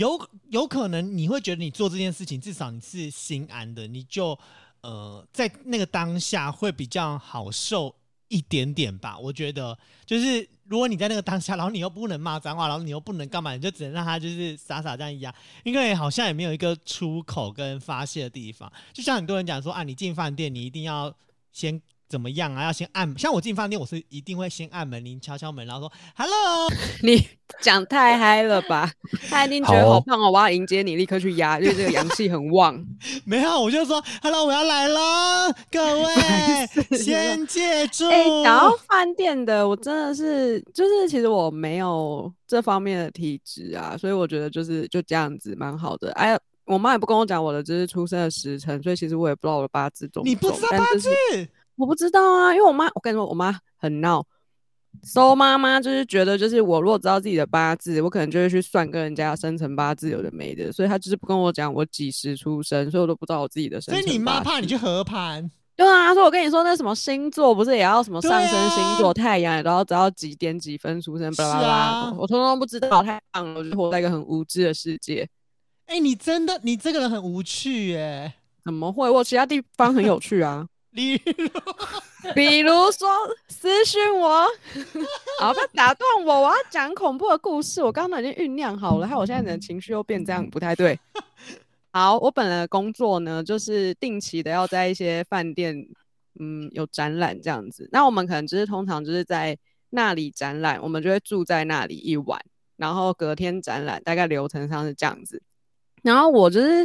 有可能你会觉得你做这件事情，至少你是心安的，你就在那个当下会比较好受一点点吧。我觉得就是如果你在那个当下，然后你又不能骂脏话，然后你又不能干嘛，你就只能让他就是傻傻这样压，因为好像也没有一个出口跟发泄的地方。就像很多人讲说啊，你进饭店你一定要先怎么样啊？要先按，像我进饭店，我是一定会先按门铃，敲敲门，然后说 “hello”。 你讲太嗨了吧？他一定觉得好棒哦，我要迎接你，立刻去压，因为这个阳气很旺。 没有，我就说 “hello”，我要来了，各位先借住。 讲到饭店的，我真的是就是其实我没有这方面的体质啊，所以我觉得就这样子蛮好的。哎，我妈也不跟我讲我的就是出生的时辰，所以其实我也不知道我的八字重不重。 你不知道八字？ 我不知道啊，因为我跟你说，我妈很闹。搜妈妈就是觉得，就是我如果知道自己的八字，我可能就会去算跟人家生辰八字有的没的，所以她就是不跟我讲我几时出生，所以我都不知道我自己的生辰八字。 所以你妈怕你去合盘？ 对啊，所以我跟你说，那什么星座不是也要什么上升星座、太阳也都要知道几点几分出生，巴拉巴拉，我通通不知道，太棒了，我就活在一个很无知的世界。 你这个人很无趣耶。 怎么会？我其他地方很有趣啊。比如说私讯我，好，不要打断我，我要讲恐怖的故事。我刚刚已经酝酿好了，害我现在的情绪又变这样，不太对。好，我本来的工作呢，就是定期的要在一些饭店，有展览这样子。那我们可能就是通常就是在那里展览，我们就会住在那里一晚，然后隔天展览，大概流程上是这样子。然后我就是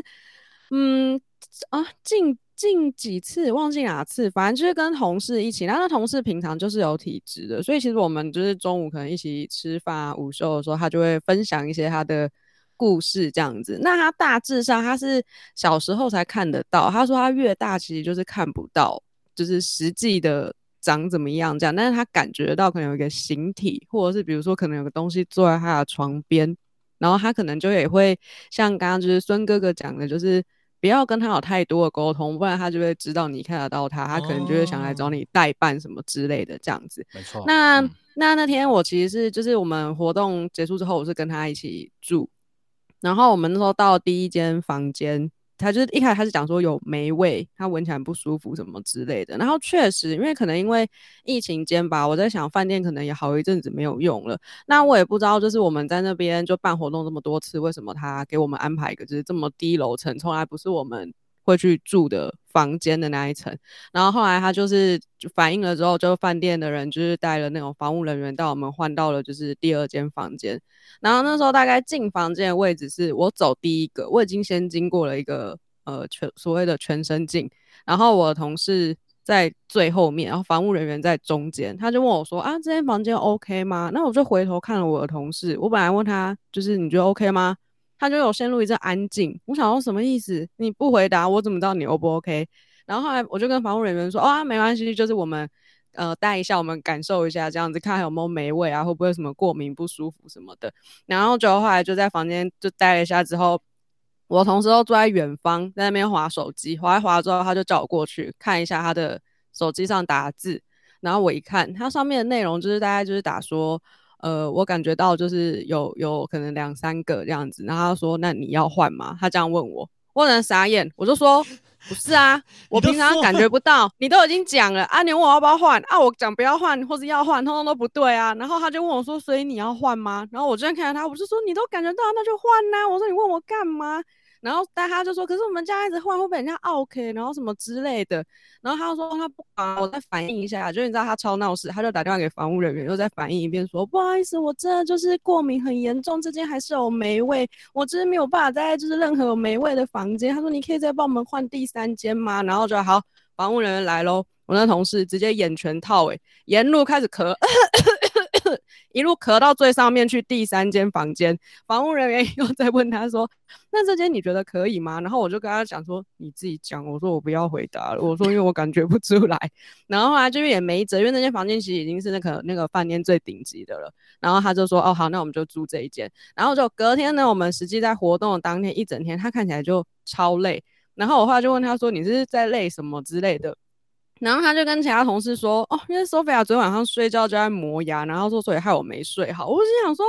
近几次忘记哪次，反正就是跟同事一起。那同事平常就是有体质的，所以其实我们就是中午可能一起吃饭啊，午休的时候，他就会分享一些他的故事这样子。那他大致上他是小时候才看得到，他说他越大其实就是看不到，就是实际的长怎么样这样，但是他感觉到可能有一个形体，或者是比如说可能有个东西坐在他的床边，然后他可能就也会像刚刚就是孙哥哥讲的，就是不要跟他有太多的沟通，不然他就会知道你看得到他，他可能就会想来找你代办什么之类的这样子。 没错。 那天我其实是就是我们活动结束之后，我是跟他一起住，然后我们那时候到第一间房间，他就是一开始他是讲说有霉味，他闻起来很不舒服什么之类的。然后确实因为疫情间吧，我在想饭店可能也好一阵子没有用了，那我也不知道就是我们在那边就办活动这么多次，为什么他给我们安排一个就是这么低楼层，从来不是我们会去住的房间的那一层。然后后来他就是反映了之后，就饭店的人就是带了那种防务人员带我们换到了就是第二间房间。然后那时候大概进房间的位置是我走第一个，我已经先经过了一个所谓的全身镜，然后我的同事在最后面，然后防务人员在中间。他就问我说啊，这间房间 OK 吗？那我就回头看了我的同事，我本来问他就是你觉得 OK 吗？他就有陷入一阵安静。我想说什么意思？你不回答我怎么知道你 O 不 OK？ 然后后来我就跟防务人员说没关系，就是我们待一下，我们感受一下这样子，看有没有霉味啊，会不会有什么过敏不舒服什么的。然后就后来就在房间就待了一下之后，我同事都坐在远方在那边滑手机，滑一滑之后他就叫我过去看一下他的手机上打字。然后我一看他上面的内容就是大概就是打说我感觉到就是有可能2-3个这样子。然后他说那你要换吗？他这样问我，我很傻眼，我就说不是啊，我平常感觉不到，你都已经讲了啊，你问我要不要换啊，我讲不要换或是要换通通都不对啊。然后他就问我说所以你要换吗？然后我就看着他，我就说你都感觉到那就换啊，我说你问我干嘛？然后但他就说可是我们家一直换会被人家 OK 然后什么之类的。然后他就说他不管，我再反映一下，就你知道他超闹事，他就打电话给防务人员又再反映一遍说不好意思，我真的就是过敏很严重，这间还是有霉味，我真的没有办法在就是任何有霉味的房间。他说你可以再帮我们换第3间吗？然后就好，防务人员来咯，我那同事直接眼全套沿路开始咳一路咳到最上面去第3间房间。防务人员又在问他说那这间你觉得可以吗？然后我就跟他讲说你自己讲，我说我不要回答了，我说因为我感觉不出来。然后后来就也没辙，因为那间房间其实已经是那个饭店最顶级的了。然后他就说好，那我们就租这一间。然后就隔天呢，我们实际在活动的当天一整天他看起来就超累。然后我后来就问他说你是在累什么之类的。然后他就跟其他同事说因为 Sophia 昨天晚上睡觉就在磨牙，然后说所以害我没睡好。我就想说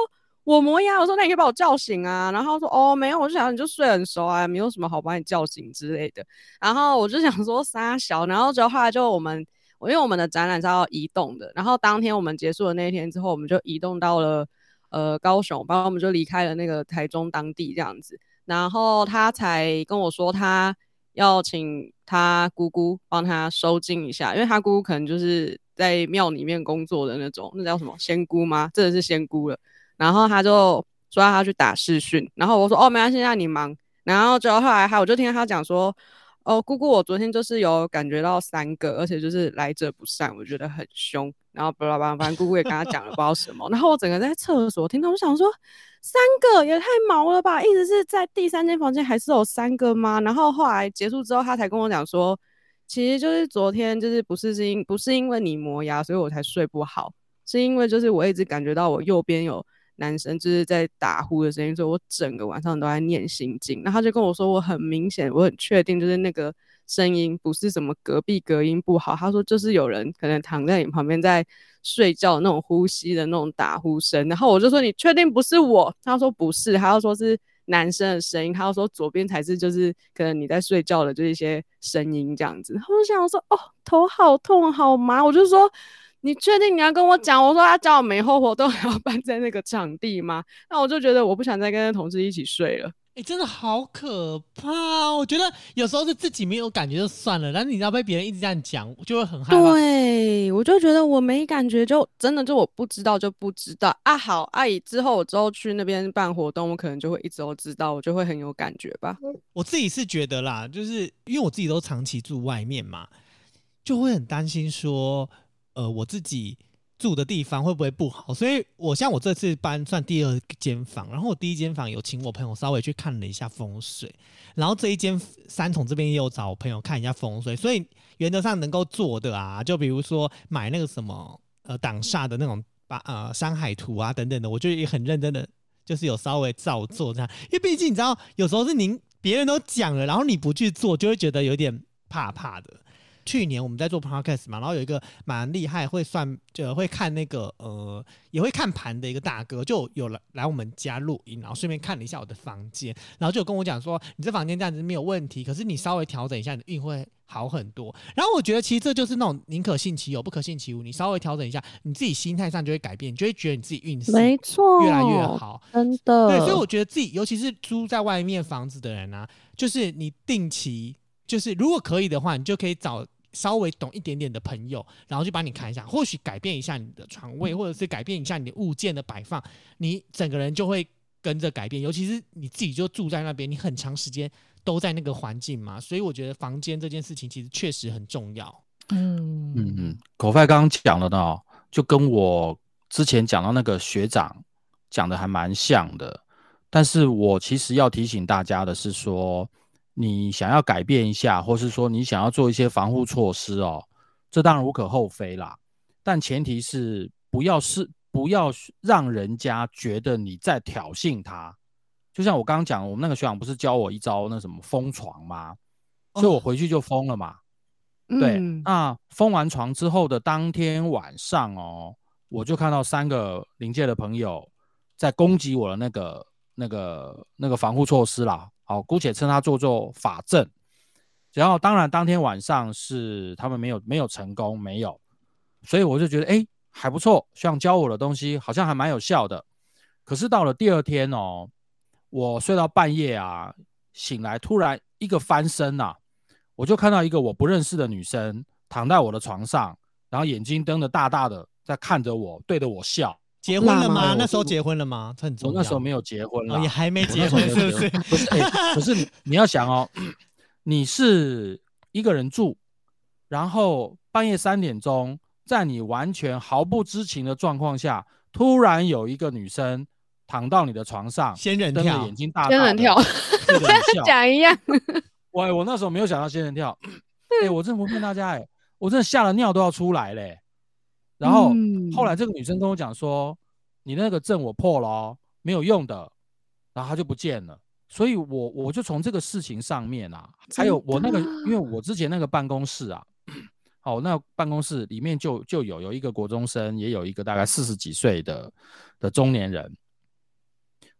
我磨牙，我说那你可以把我叫醒啊，然后他说哦没有，我就想你就睡很熟啊，没有什么好把你叫醒之类的。然后我就想说撒小，然后后来就因为我们的展览是要移动的，然后当天我们结束的那一天之后，我们就移动到了高雄，然后我们就离开了那个台中当地这样子。然后他才跟我说他要请他姑姑帮他收惊一下，因为他姑姑可能就是在庙里面工作的那种，那叫什么仙姑吗？真的是仙姑了。然后他就说他去打视讯，然后我说哦没关系，那你忙。然后就后来我就听到他讲说，哦姑姑，我昨天就是有感觉到3个，而且就是来者不善，我觉得很凶。然后巴拉巴拉，反正姑姑也跟他讲了不知道什么。然后我整个在厕所听到，我想说3个也太毛了吧，一直是在第3间房间还是有3个吗？然后后来结束之后，他才跟我讲说，其实就是昨天就是不是因为你磨牙，所以我才睡不好，是因为就是我一直感觉到我右边有男生就是在打呼的声音，所以我整个晚上都在念心经。然后他就跟我说，我很明显，我很确定，就是那个声音不是什么隔壁隔音不好，他说就是有人可能躺在你旁边在睡觉的那种呼吸的那种打呼声。然后我就说你确定不是我？他说不是，他要说是男生的声音，他要说左边才是就是可能你在睡觉的就是一些声音这样子。然后我想说哦，头好痛好麻，我就说你确定你要跟我讲？我说他叫我每后活动还要办在那个场地吗？那我就觉得我不想再跟同事一起睡了。 真的好可怕哦！我觉得有时候是自己没有感觉就算了，但是你要被别人一直这样讲，就会很害怕。 对，我就觉得我没感觉，就真的就我不知道就不知道啊。好，阿姨之后我去那边办活动，我可能就会一直都知道，我就会很有感觉吧。 我自己是觉得啦，就是因为我自己都长期住外面嘛，就会很担心说，我自己住的地方会不会不好？所以我这次搬算第2间房，然后我第1间房有请我朋友稍微去看了一下风水，然后这一间3重这边也有找我朋友看一下风水，所以原则上能够做的啊，就比如说买那个什么挡煞的那种山海图啊等等的，我就也很认真的，就是有稍微照做这样，因为毕竟你知道，有时候是别人都讲了，然后你不去做，就会觉得有点怕怕的。去年我们在做 podcast 嘛，然后有一个蛮厉害会算会看那个也会看盘的一个大哥，就有来我们家录音，然后顺便看了一下我的房间，然后就有跟我讲说，你这房间这样子没有问题，可是你稍微调整一下，你的运会好很多。然后我觉得其实这就是那种宁可信其有，不可信其无，你稍微调整一下，你自己心态上就会改变，你就会觉得你自己运势没错， 越来越好， 真的。 对，所以我觉得自己，尤其是租在外面房子的人啊，就是你定期，就是如果可以的话，你就可以找稍微懂一点点的朋友，然后就帮你看一下，或许改变一下你的床位，或者是改变一下你的物件的摆放，你整个人就会跟着改变。尤其是你自己就住在那边，你很长时间都在那个环境嘛，所以我觉得房间这件事情其实确实很重要。 口饭刚刚讲了呢，就跟我之前讲到那个学长讲的还蛮像的，但是我其实要提醒大家的是说，你想要改变一下，或是说你想要做一些防护措施哦，这当然无可厚非啦，但前提是不要让人家觉得你在挑衅他。就像我刚刚讲，我们那个学长不是教我一招那什么封床吗？所以我回去就封了嘛。对，那封完床之后的当天晚上哦，我就看到3个临界的朋友在攻击我的那个防护措施啦。好，姑且称他做法阵。然后当然当天晚上是他们没有成功，没有，所以我就觉得还不错，像教我的东西好像还蛮有效的。可是到了第2天哦，我睡到半夜啊，醒来突然一个翻身啊，我就看到一个我不认识的女生躺在我的床上，然后眼睛瞪得大大的在看着我，对着我笑。 结婚了吗？那时候结婚了吗？很重要。 我那时候没有结婚啦， 也还没结婚，是不是？ 可是你要想哦，你是一个人住，然后半夜3点钟，在你完全毫不知情的状况下，突然有一个女生躺到你的床上， 仙人跳， 瞪着眼睛大大的， 仙人跳，讲一样。 我那时候没有想到仙人跳，我真的不骗大家，我真的吓了尿都要出来嘞。然后后来这个女生跟我讲说，你那个阵我破了哦，没有用的，然后她就不见了。所以我就从这个事情上面啊，还有我那个，因为我之前那个办公室啊，好，那办公室里面就有一个国中生，也有一个大概40几岁的中年人。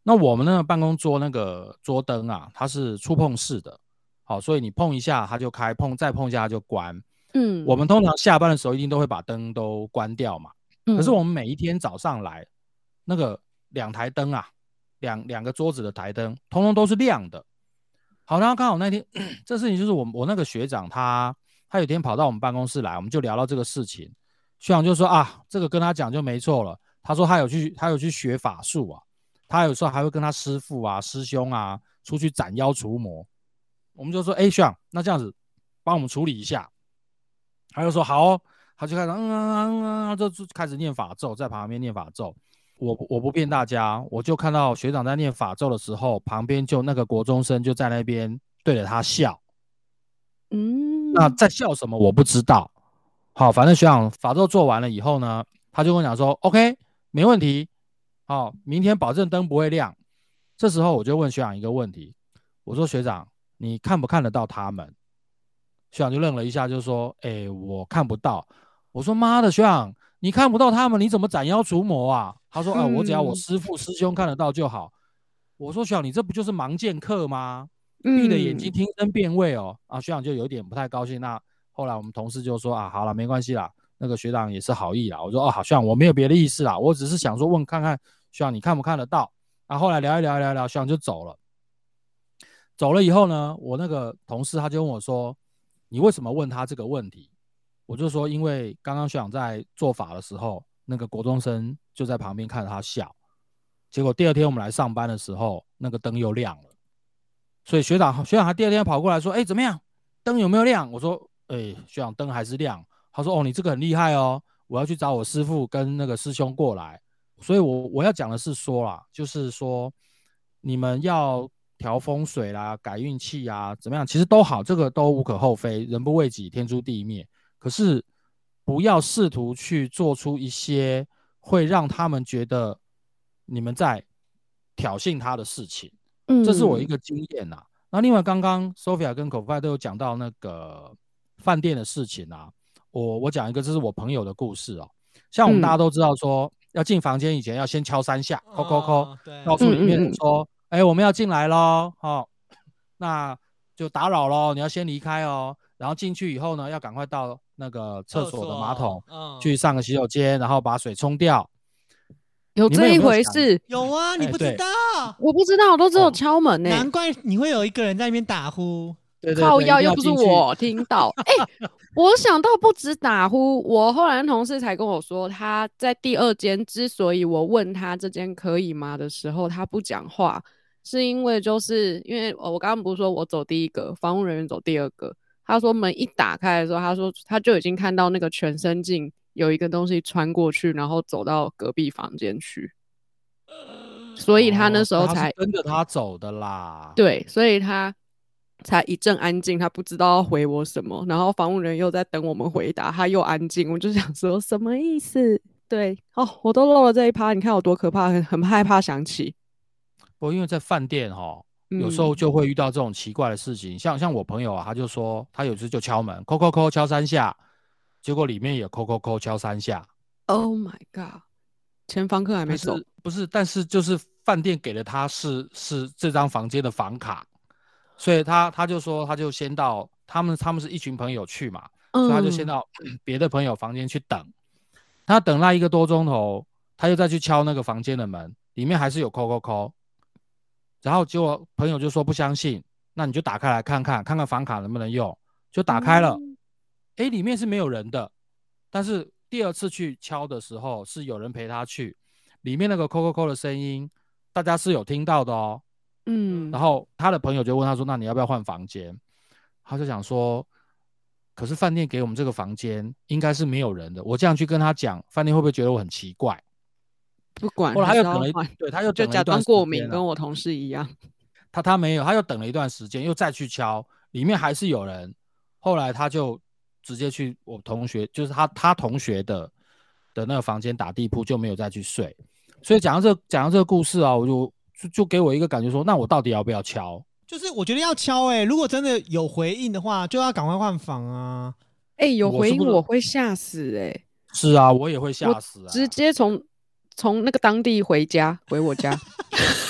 那我们那个办公桌那个桌灯啊，它是触碰式的，好，所以你碰一下它就开，再碰一下它就关。我们通常下班的时候一定都会把灯都关掉嘛。可是我们每一天早上来，那个2台灯啊，两个桌子的台灯，通通都是亮的。好，然后刚好那天这事情就是我那个学长他有一天跑到我们办公室来，我们就聊到这个事情。学长就说啊，这个跟他讲就没错了。他说他有去学法术啊，他有时候还会跟他师父啊、师兄啊出去斩妖除魔。我们就说，学长，那这样子帮我们处理一下。他就说好哦，他就开始就开始念法咒，在旁边念法咒。我不骗大家，我就看到学长在念法咒的时候，旁边就那个国中生就在那边对着他笑。那在笑什么我不知道。好，反正学长法咒做完了以后呢，他就跟我讲说 OK 没问题，好，明天保证灯不会亮。这时候我就问学长一个问题，我说学长你看不看得到他们？学长就愣了一下就说我看不到。我说妈的学长你看不到他们你怎么斩妖除魔啊？他说我只要我师父师兄看得到就好。我说学长你这不就是盲剑客吗？闭着眼睛听声辨位哦。学长就有点不太高兴。那后来我们同事就说好了没关系啦，那个学长也是好意啦。我说好学长我没有别的意思啦，我只是想说问看看学长你看不看得到。后来聊一聊学长就走了。走了以后呢，我那个同事他就问我说你为什么问他这个问题？我就说因为刚刚学长在做法的时候，那个国中生就在旁边看着他笑，结果第二天我们来上班的时候那个灯又亮了，所以学长他第二天跑过来说怎么样灯有没有亮？我说学长灯还是亮。他说你这个很厉害哦，我要去找我师父跟那个师兄过来。所以我要讲的是说啦，就是说你们要调风水啦改运气啊怎么样其实都好，这个都无可厚非，人不为己天诛地灭。可是不要试图去做出一些会让他们觉得你们在挑衅他的事情。这是我一个经验啊。那另外刚刚 Sophia 跟口派都有讲到那个饭店的事情啊，我讲一个，这是我朋友的故事哦。像我们大家都知道说要进房间以前要先敲3下，叩叩叩，告诉里面人说我们要进来咯，那就打扰咯，你要先离开哦。然后进去以后呢，要赶快到那个厕所的马桶去上个洗手间，然后把水冲掉。 有这一回事？ 有啊，你不知道？ 我不知道，我都只有敲门呢。 难怪你会有一个人在那边打呼。 对， 靠腰又不是我听到。我想到不止打呼，我后来同事才跟我说，他在第2间之所以我问他这间可以吗的时候他不讲话，是因为我刚刚不是说我走第1个，防务人员走第2个。他说门一打开的时候，他说他就已经看到那个全身镜有一个东西穿过去，然后走到隔壁房间去，所以他那时候才跟着他走的啦。 对，所以他才一阵安静，他不知道要回我什么，然后防务人又在等我们回答，他又安静，我就想说什么意思？对，我都漏了这一趴，你看有多可怕，很害怕想起。 因为在饭店有时候就会遇到这种奇怪的事情。像我朋友啊，他就说他有时就敲门，叩叩叩敲3下，结果里面也叩叩叩敲3下。 Oh my god！ 前房客还没走， 不是，但是就是饭店给了他是这张房间的房卡，所以他就说他就先到他们是一群朋友去嘛，所以他就先到别的朋友房间去等。他等了1个多钟头，他又再去敲那个房间的门，里面还是有叩叩叩。然后结果朋友就说不相信，那你就打开来看看房卡能不能用，就打开了。里面是没有人的，但是第2次去敲的时候是有人陪他去，里面那个叩叩叩的声音大家是有听到的哦。然后他的朋友就问他说那你要不要换房间？他就想说可是饭店给我们这个房间应该是没有人的，我这样去跟他讲，饭店会不会觉得我很奇怪？ 不管， 后来他又等了，对，他又等了一段时间， 就假装过敏，跟我同事一样。 他没有，他又等了一段时间，又再去敲，里面还是有人。后来他就直接去我同学，就是他同学的那个房间打地铺，就没有再去睡。所以讲到这个故事啊，我就给我一个感觉说，那我到底要不要敲？ 就是我觉得要敲如果真的有回应的话，就要赶快换房啊。 有回应我会吓死是啊，我也会吓死啊， 直接从那个当地回我家。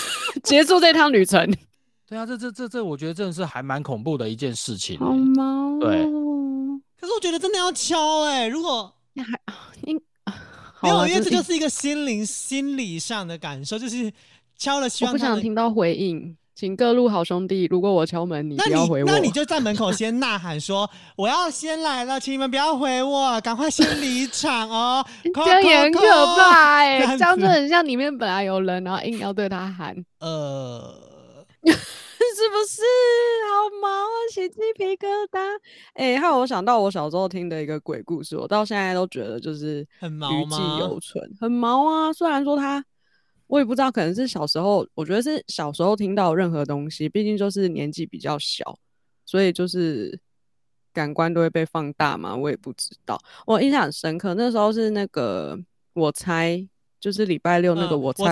结束这趟旅程。 对啊，这，我觉得真的是还蛮恐怖的一件事情。 好毛哦。 对， 可是我觉得真的要敲如果你还没有，因为这就是一个心理上的感受，就是敲了希我不望他们想听到回应，请各路好兄弟，如果我敲门，你不要回我。 那你就在门口先呐喊说我要先来了，请你们不要回我，赶快先离场哦。 这样也很可怕这样就很像里面本来有人，然后硬要对他喊。是不是好毛啊？起鸡皮疙瘩。害我想到我小时候听的一个鬼故事，我到现在都觉得就是很毛余悸犹存，很毛啊。虽然说我也不知道，可能是小时候，我觉得是小时候听到任何东西，毕竟就是年纪比较小，所以就是感官都会被放大嘛。我也不知道，我印象很深刻，那时候是那个我猜。就是礼拜六那个我猜，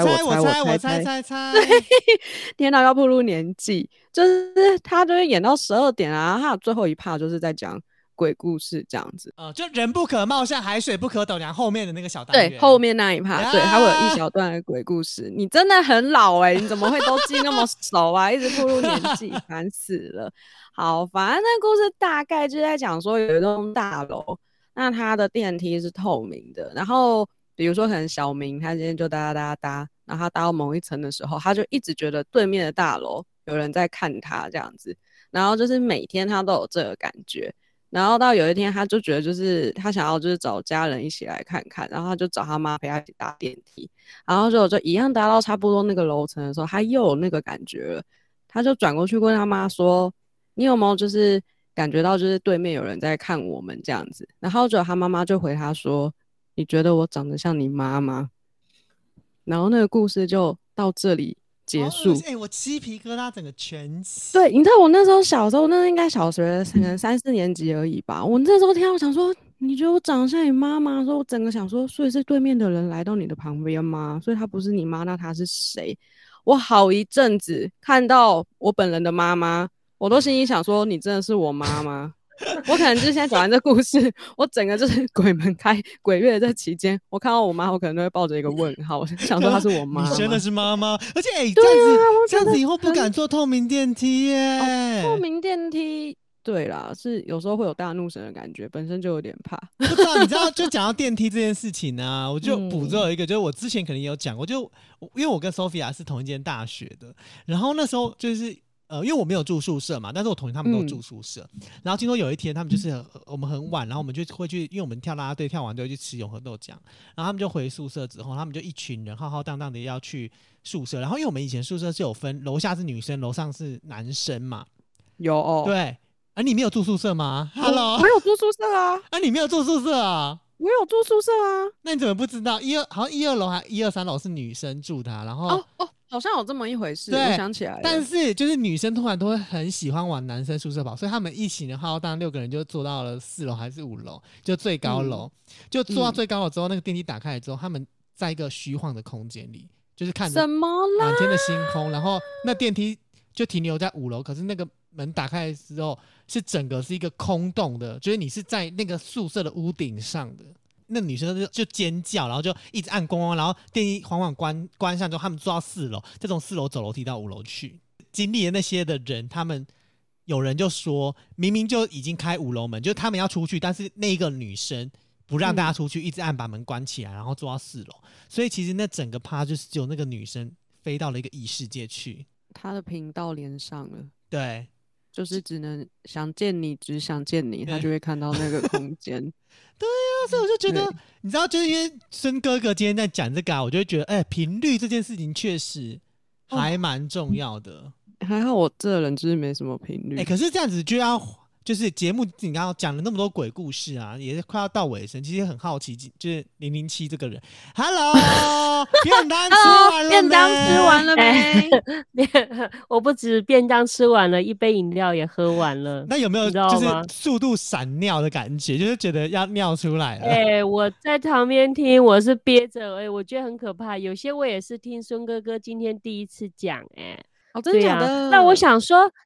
天哪，要步入年纪，就是他就会演到12点啊，他最后一 part 就是在讲鬼故事这样子， 就人不可貌相，海水不可斗量后面的那个小单元， 对，后面那一 part，对，他会有一小段的鬼故事。你真的很老你怎么会都记那么熟啊？一直步入年纪，烦死了。好，反正那故事大概就在讲说，有一栋大楼，那它的电梯是透明的，然后。比如说可能小明他今天就搭，然后他搭到某一层的时候，他就一直觉得对面的大楼有人在看他这样子，然后就是每天他都有这个感觉，然后到有一天他就觉得就是他想要就是找家人一起来看看，然后他就找他妈陪他一起搭电梯，然后就一样搭到差不多那个楼层的时候，他又有那个感觉了，他就转过去问他妈说，你有没有就是感觉到就是对面有人在看我们这样子，然后他妈妈就回他说，你觉得我长得像你妈吗？然后那个故事就到这里结束。 我鸡皮疙瘩整个全起。 对，你知道我那时候小时候，那应该小学可能3、4年级而已吧。我那时候听到，我想说，你觉得我长得像你妈妈？说我整个想说，所以是对面的人来到你的旁边吗？所以他不是你妈，那他是谁？我好一阵子看到我本人的妈妈，我都心里想说，你真的是我妈吗？我可能就是现在讲完这故事，我整个就是鬼门开鬼月的这期间，我看到我妈，我可能都会抱着一个问号，我想说她是我妈。 你真的是妈妈，而且这样子以后不敢坐透明电梯耶。 透明电梯，对啦，是有时候会有大怒神的感觉，本身就有点怕。 不知道你知道，就讲到电梯这件事情啊，我就补做一个，就是我之前可能也有讲过，就因为我跟 Sophia 是同一间大学的，然后那时候就是。因为我没有住宿舍嘛，但是我同学他们都住宿舍。然后听说有一天他们就是我们很晚，然后我们就会去，因为我们跳啦啦队跳完队去吃永和豆浆，然后他们就回宿舍之后，他们就一群人浩浩荡荡的要去宿舍。然后因为我们以前宿舍是有分，楼下是女生，楼上是男生嘛。 有哦。 对。你没有住宿舍吗 ？Hello， 我有住宿舍啊。 你没有住宿舍啊？ 我有住宿舍啊。 那你怎么不知道？好像1、2楼还1、2、3楼是女生住的，然后好像有这么一回事， 我想起来了。 但是就是女生通常都会很喜欢往男生宿舍跑，所以他们一起呢，浩浩荡荡6个人就坐到了4楼还是5楼，就最高楼。就坐到最高楼之后，那个电梯打开来之后，他们在一个虚晃的空间里，就是看着满天的星空，然后那电梯就停留在5楼，可是那个门打开之后，是整个是一个空洞的，就是你是在那个宿舍的屋顶上的。那女生就尖叫，然后就一直按咣咣，然后电梯缓缓关上之后，他们坐到4楼，再从4楼走楼梯到5楼去。经历了那些的人，他们有人就说，明明就已经开5楼门，就是他们要出去，但是那个女生不让大家出去，一直按把门关起来，然后坐到4楼。所以其实那整个趴就是只有那个女生飞到了一个异世界去， 她的频道连上了。 对。 就是只能想见你，只想见你，他就会看到那个空间。 对啊，所以我就觉得，你知道，就是因为孙哥哥今天在讲这个我就会觉得，频率这件事情确实还蛮重要的。 还好我这人就是没什么频率。 可是这样子就是节目你刚刚讲了那么多鬼故事啊，也是快要到尾声，其实很好奇，就是007这个人 ，Hello， 便当吃完了没？ 便当吃完了没？ 我不止便当吃完了，一杯饮料也喝完了。 那有没有就是速度闪尿的感觉？就是觉得要尿出来了。 我在旁边听，我是憋着，我觉得很可怕。有些我也是听孙哥哥今天第一次讲， 真的假的？ 那我想说，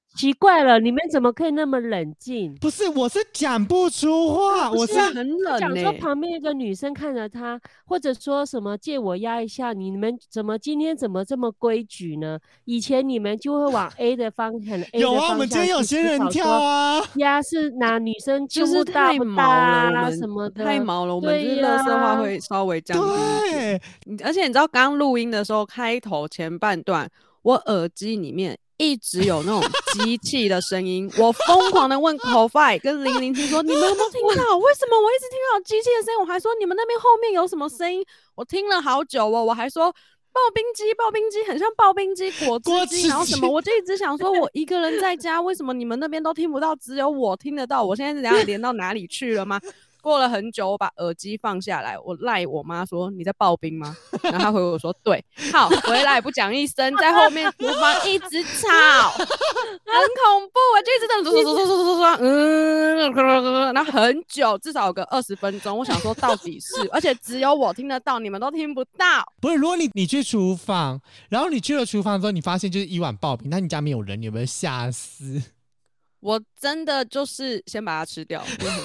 奇怪了，你们怎么可以那么冷静？ 不是，我是讲不出话，我是很冷讲呢、 说旁边一个女生看着他，或者说什么借我压一下，你们今天怎么这么规矩呢？以前你们就会往 A 的方向 A 的有啊， 方向我们今天有仙人跳啊， 啊， 压是拿女生就是胸部大太毛不大了，我啊们什么的， 太毛了，我们就是对垃圾话呀会稍微降低一点。 对， 而且你知道，刚录音的时候，开头前半段，我耳机里面一直有那种机器的声音，我疯狂的问Ko-Fi 跟007说：“你们有没有听到？为什么我一直听到机器的声音？”我还说：“你们那边后面有什么声音？”我听了好久哦，我还说。刨冰机很像刨冰机、果汁机，然后什么，我就一直想说，我一个人在家，为什么你们那边都听不到，只有我听得到？我现在是怎样连到哪里去了吗？过了很久，我把耳机放下来，我赖我妈说你在刨冰吗？然后她回我说对。好，回来不讲一声，在后面厨房一直吵，很恐怖，我就一直这样然后很久，至少有个20分钟。我想说到底是，而且只有我听得到，你们都听不到。 不是，如果你去厨房，然后你去了厨房之后，你发现就是一碗爆饼，那你家没有人，你有没有吓死？ 我真的就是先把它吃掉，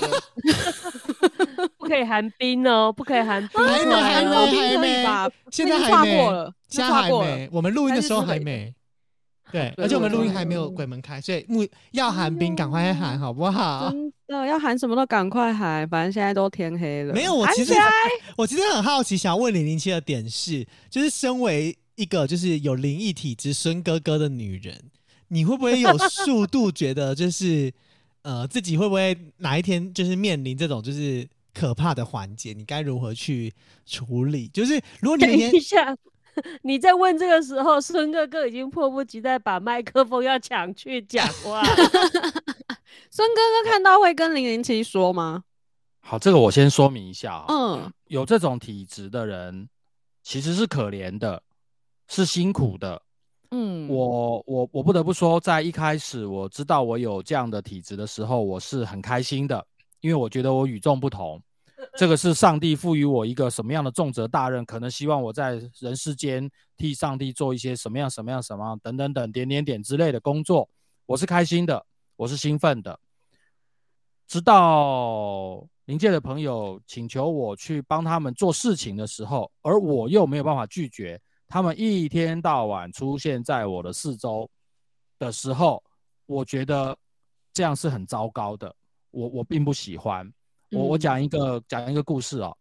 不可以含冰哦，不可以含冰， 还没吧？ 现在还跨没过了， 现在还没，我们录音的时候还没。对，而且我们录音还没有鬼门开，所以要喊冰，赶快喊好不好？ 真的要喊什么都赶快喊，反正现在都天黑了。 没有，我其实很好奇，想要问007的点是，就是身为一个就是有灵异体质孙哥哥的女人，你会不会有速度觉得就是自己会不会哪一天就是面临这种就是可怕的环节，你该如何去处理？就是如果你每天等一下。你在问这个时候，孙哥哥已经迫不及待把麦克风要抢去讲话。 孙哥哥看到会跟007说吗？ 好，这个我先说明一下有这种体质的人其实是可怜的，是辛苦的。我不得不说，在一开始我知道我有这样的体质的时候，我是很开心的，因为我觉得我与众不同。这个是上帝赋予我一个什么样的重责大任，可能希望我在人世间替上帝做一些什么样等等等点之类的工作，我是开心的，我是兴奋的。直到灵界的朋友请求我去帮他们做事情的时候，而我又没有办法拒绝，他们一天到晚出现在我的四周的时候，我觉得这样是很糟糕的，我并不喜欢。我讲一个故事哦。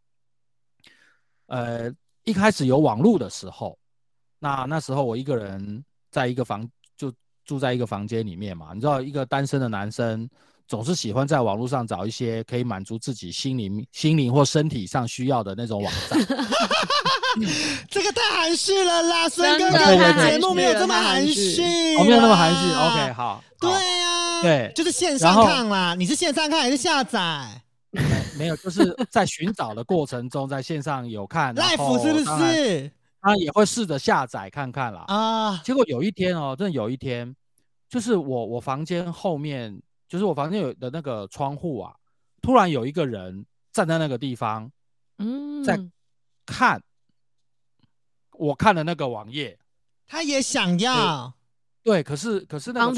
一开始有网络的时候，那时候我一个人在一个就住在一个房间里面嘛，你知道一个单身的男生总是喜欢在网络上找一些可以满足自己心灵或身体上需要的那种网站。 这个太含蓄了啦，孙哥哥的节目没有这么含蓄， 没有那么含蓄。OK， 好。 对啊， 对， 就是线上看啦。你是线上看还是下载？ 没有，就是在寻找的过程中，在线上有看 ，Live 是不是？ 他也会试着下载看看啦。啊，结果有一天哦，真的有一天，就是我房间后面，就是我房间有的那个窗户啊，突然有一个人站在那个地方，在看我看的那个网页， 他也想要。 对，可是那个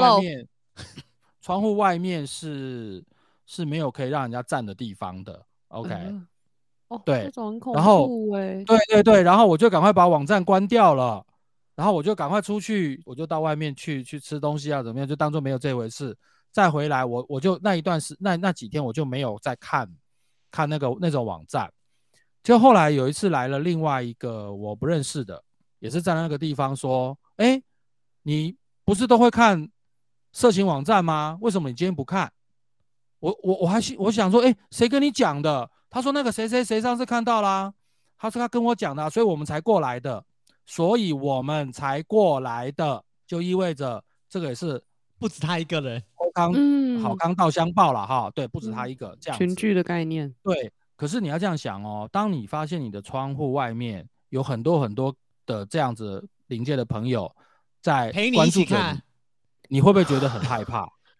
窗户外面是没有可以让人家站的地方的。OK，对， 这种很恐怖然后对，然后我就赶快把网站关掉了，然后我就赶快出去，我就到外面去吃东西啊，怎么样，就当作没有这回事。再回来，我就那几天我就没有再看那种网站。就后来有一次来了另外一个我不认识的，也是在那个地方说，你不是都会看色情网站吗？为什么你今天不看？我想说，谁跟你讲的？他说那个谁上次看到啦，他说他跟我讲的，所以我们才过来的，就意味着这个也是不止他一个人， 好康道相报了哈，对，不止他一个，这样群聚的概念， 对。可是你要这样想哦，当你发现你的窗户外面有很多很多的这样子灵界的朋友在陪你一起看， 你会不会觉得很害怕？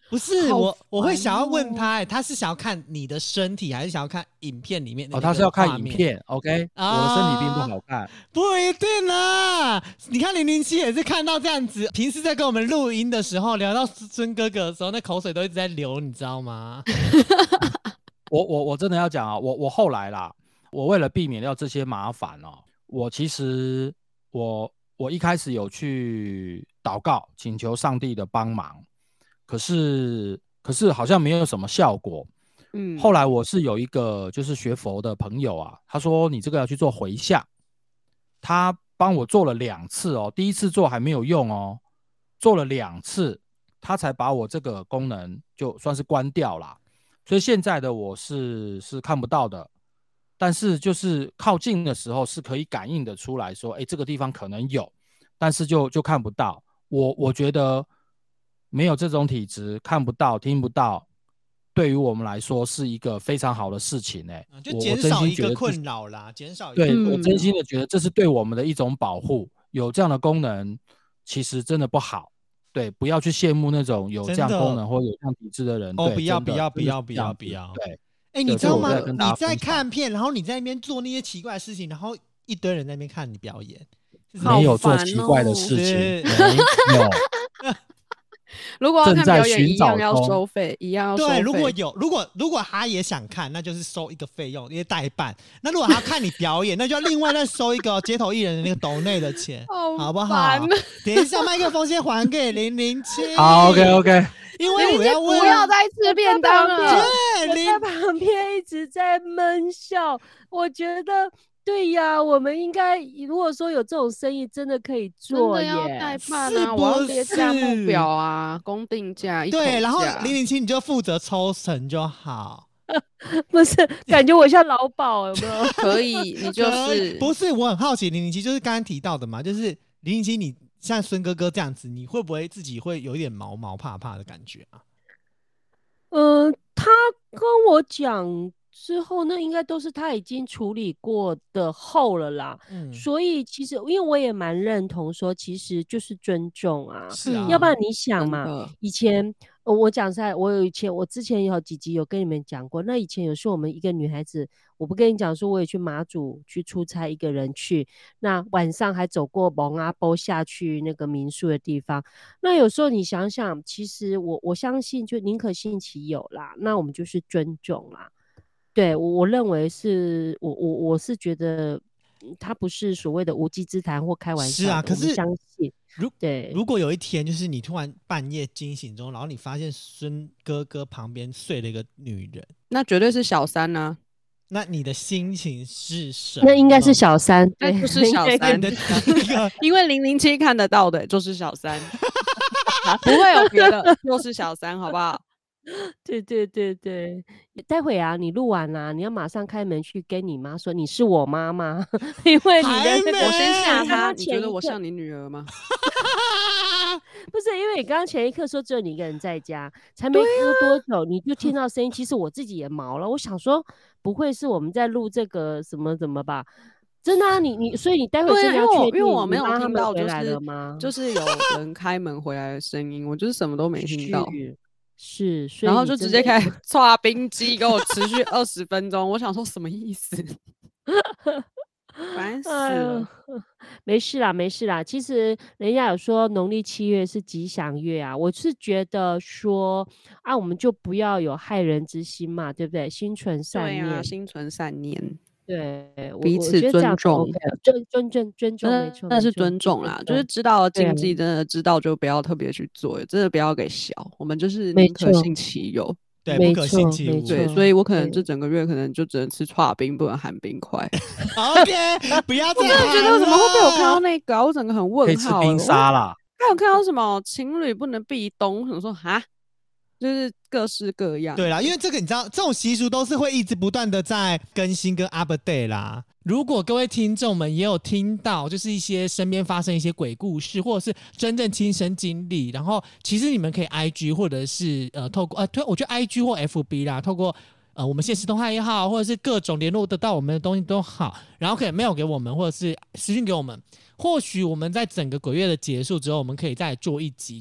不是好我会想要问烦哦他、他是想要看你的身体，还是想要看影片里面的那个他是要看画面影片，OK，我的身体并不好看。 不一定啦，你看007也是看到这样子，平时在跟我们录音的时候聊到孙哥哥的时候，那口水都一直在流，你知道吗？ 我真的要讲啊，我后来啦，我为了避免掉这些麻烦哦，我其实我一开始有去祷告，请求上帝的帮忙，可是好像没有什么效果。后来我是有一个就是学佛的朋友啊，他说你这个要去做回向，他帮我做了2次哦，第一次做还没有用哦，做了2次，他才把我这个功能就算是关掉啦。所以现在的我是看不到的，但是就是靠近的时候是可以感应的出来说，哎，这个地方可能有，但是就看不到。我觉得没有这种体质，看不到听不到，对于我们来说是一个非常好的事情就减少一个困扰啦，减少一个对，我真心的觉得这是对我们的一种保护。有这样的功能其实真的不好，对，不要去羡慕那种有这样功能或有这样体质的人。 哦， 对， 不要对， 哎，你知道吗？ 你在看片，然后你在那边做那些奇怪的事情，然后一堆人在那边看你表演， 没有做奇怪的事情，没有。 如果要看表演，一样要收费，一样要收费。 对，如果他也想看，那就是收一个费用，因为代办。那如果他看你表演，那就要另外再收一个街头艺人的那个抖内的钱，好不好？等一下，麦克风先还给007。 好 ，OK。 因为我要问， 不要再吃便当了。 我在旁边一直在闷笑，我觉得。对呀，我们应该如果说有这种生意，真的可以做耶。 真的要代办啊，我要列价目表啊，公定价一口价。 对，然后007你就负责抽成就好。 不是，感觉我像劳保有没有？ 可以，你就是不是？我很好奇，007就是刚刚提到的嘛，就是007，你像孙哥哥这样子，你会不会自己会有一点毛怕的感觉啊？ 他跟我讲。之后那应该都是他已经处理过的后了啦，所以其实因为我也蛮认同说，其实就是尊重啊， 是啊， 要不然你想嘛，以前我讲实在，我之前有几集有跟你们讲过，那以前有时候我们一个女孩子，我不跟你讲说，我也去马祖去出差，一个人去，那晚上还走过蒙阿波下去那个民宿的地方，那有时候你想想，其实我相信就宁可信其有啦，那我们就是尊重啦。对，我认为是我是觉得他不是所谓的无稽之谈或开玩笑。 是啊，可是相信如果有一天就是你突然半夜惊醒中，然后你发现孙哥哥旁边睡了一个女人， 那绝对是小三啊。 那你的心情是什么？ 那应该是小三， 那就是小三因为007看得到的就是小三不会有别的，就是小三，好不好？ 对，待会啊，你录完啊，你要马上开门去跟你妈说你是我妈妈，因为你的我先吓她。你觉得我像你女儿吗？ 不是，因为你刚刚前一刻说只有你一个人在家，才没隔多久你就听到声音。其实我自己也毛了，我想说不会是我们在录这个什么怎么吧？真的啊，所以你待会真的要确定， 因为我没有听到就是有人开门回来的声音，我就是什么都没听到。 是， 然后就直接开始刷冰机，给我持续20分钟。我想说什么意思？烦死了！ 没事啦。其实人家有说农历7月是吉祥月啊，我是觉得说啊，我们就不要有害人之心嘛，对不对？心存善念， 对啊，心存善念。 对， 彼此尊重， 尊重，没错， 那是尊重啦。就是知道禁忌，真的知道就不要特别去做，真的不要给小。我们就是宁可信其有， 对，不可信其无。 对，所以我可能这整个月可能就只能吃剉冰，不能含冰块。 OK， 不要这样。 我真的觉得为什么会被我看到那个，我整个很问号。 可以吃冰沙啦。 还有看到什么情侣不能壁咚，我想说哈。就是各式各样。 对啦，因为这个你知道，这种习俗都是会一直不断的在更新跟 update 啦。如果各位听众们也有听到，就是一些身边发生一些鬼故事，或者是真正亲身经历，然后其实你们可以 IG 或者是透过我觉得 IG 或 FB 啦，透过我们现实动态也好，或者是各种联络得到我们的东西都好，然后可以 mail 给我们，或者是私讯给我们。或许我们在整个鬼月的结束之后，我们可以再做一集，就是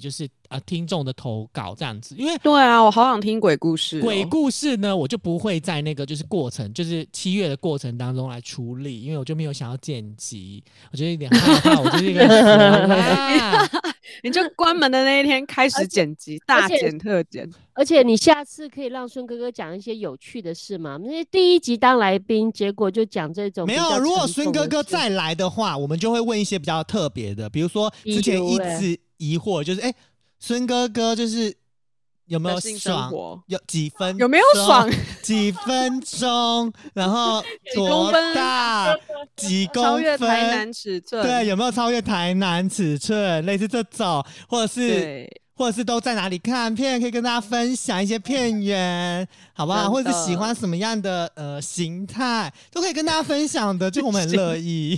听众的投稿这样子，因为对啊，我好想听鬼故事、 鬼故事呢，我就不会在那个就是过程，就是7月的过程当中来处理，因为我就没有想要剪辑，我觉得有点害怕，我就是一个人你就关门的那一天开始剪辑，大剪特剪。 而且你下次可以让孙哥哥讲一些有趣的事嘛？因为第1集当来宾，结果就讲这种没有。如果孙哥哥再来的话，我们就会问一些比较特别的，比如说之前一直疑惑，就是孙哥哥就是有没有爽？有几分？ 有没有爽？ 几分钟？然后多大？几公分？ 超越台南尺寸？ 对，有没有超越台南尺寸？类似这种，或者是都在哪里看片，可以跟大家分享一些片源，好不好？或者是喜欢什么样的形态，都可以跟大家分享的，就我们很乐意。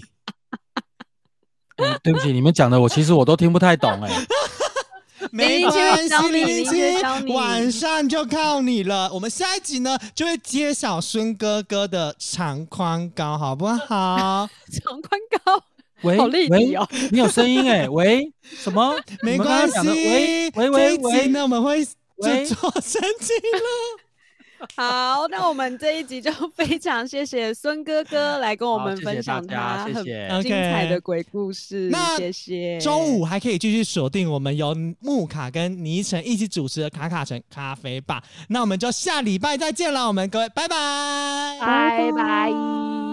对不起，你们讲的其实我都听不太懂没关系，007晚上就靠你了。我们下一集呢就会揭晓孙哥哥的长宽高，好不好？ 长宽高。 喂， 好立体哦！ 你有声音喂，什么？ 没关系，喂，这一集呢我们会就做升级了。 好，那我们这一集就非常谢谢孙哥哥来跟我们分享他很精彩的鬼故事。谢谢。 周五还可以继续锁定我们由木卡跟倪晨一起主持的卡卡城咖啡吧。那我们就下礼拜再见了，我们各位拜拜， 拜拜。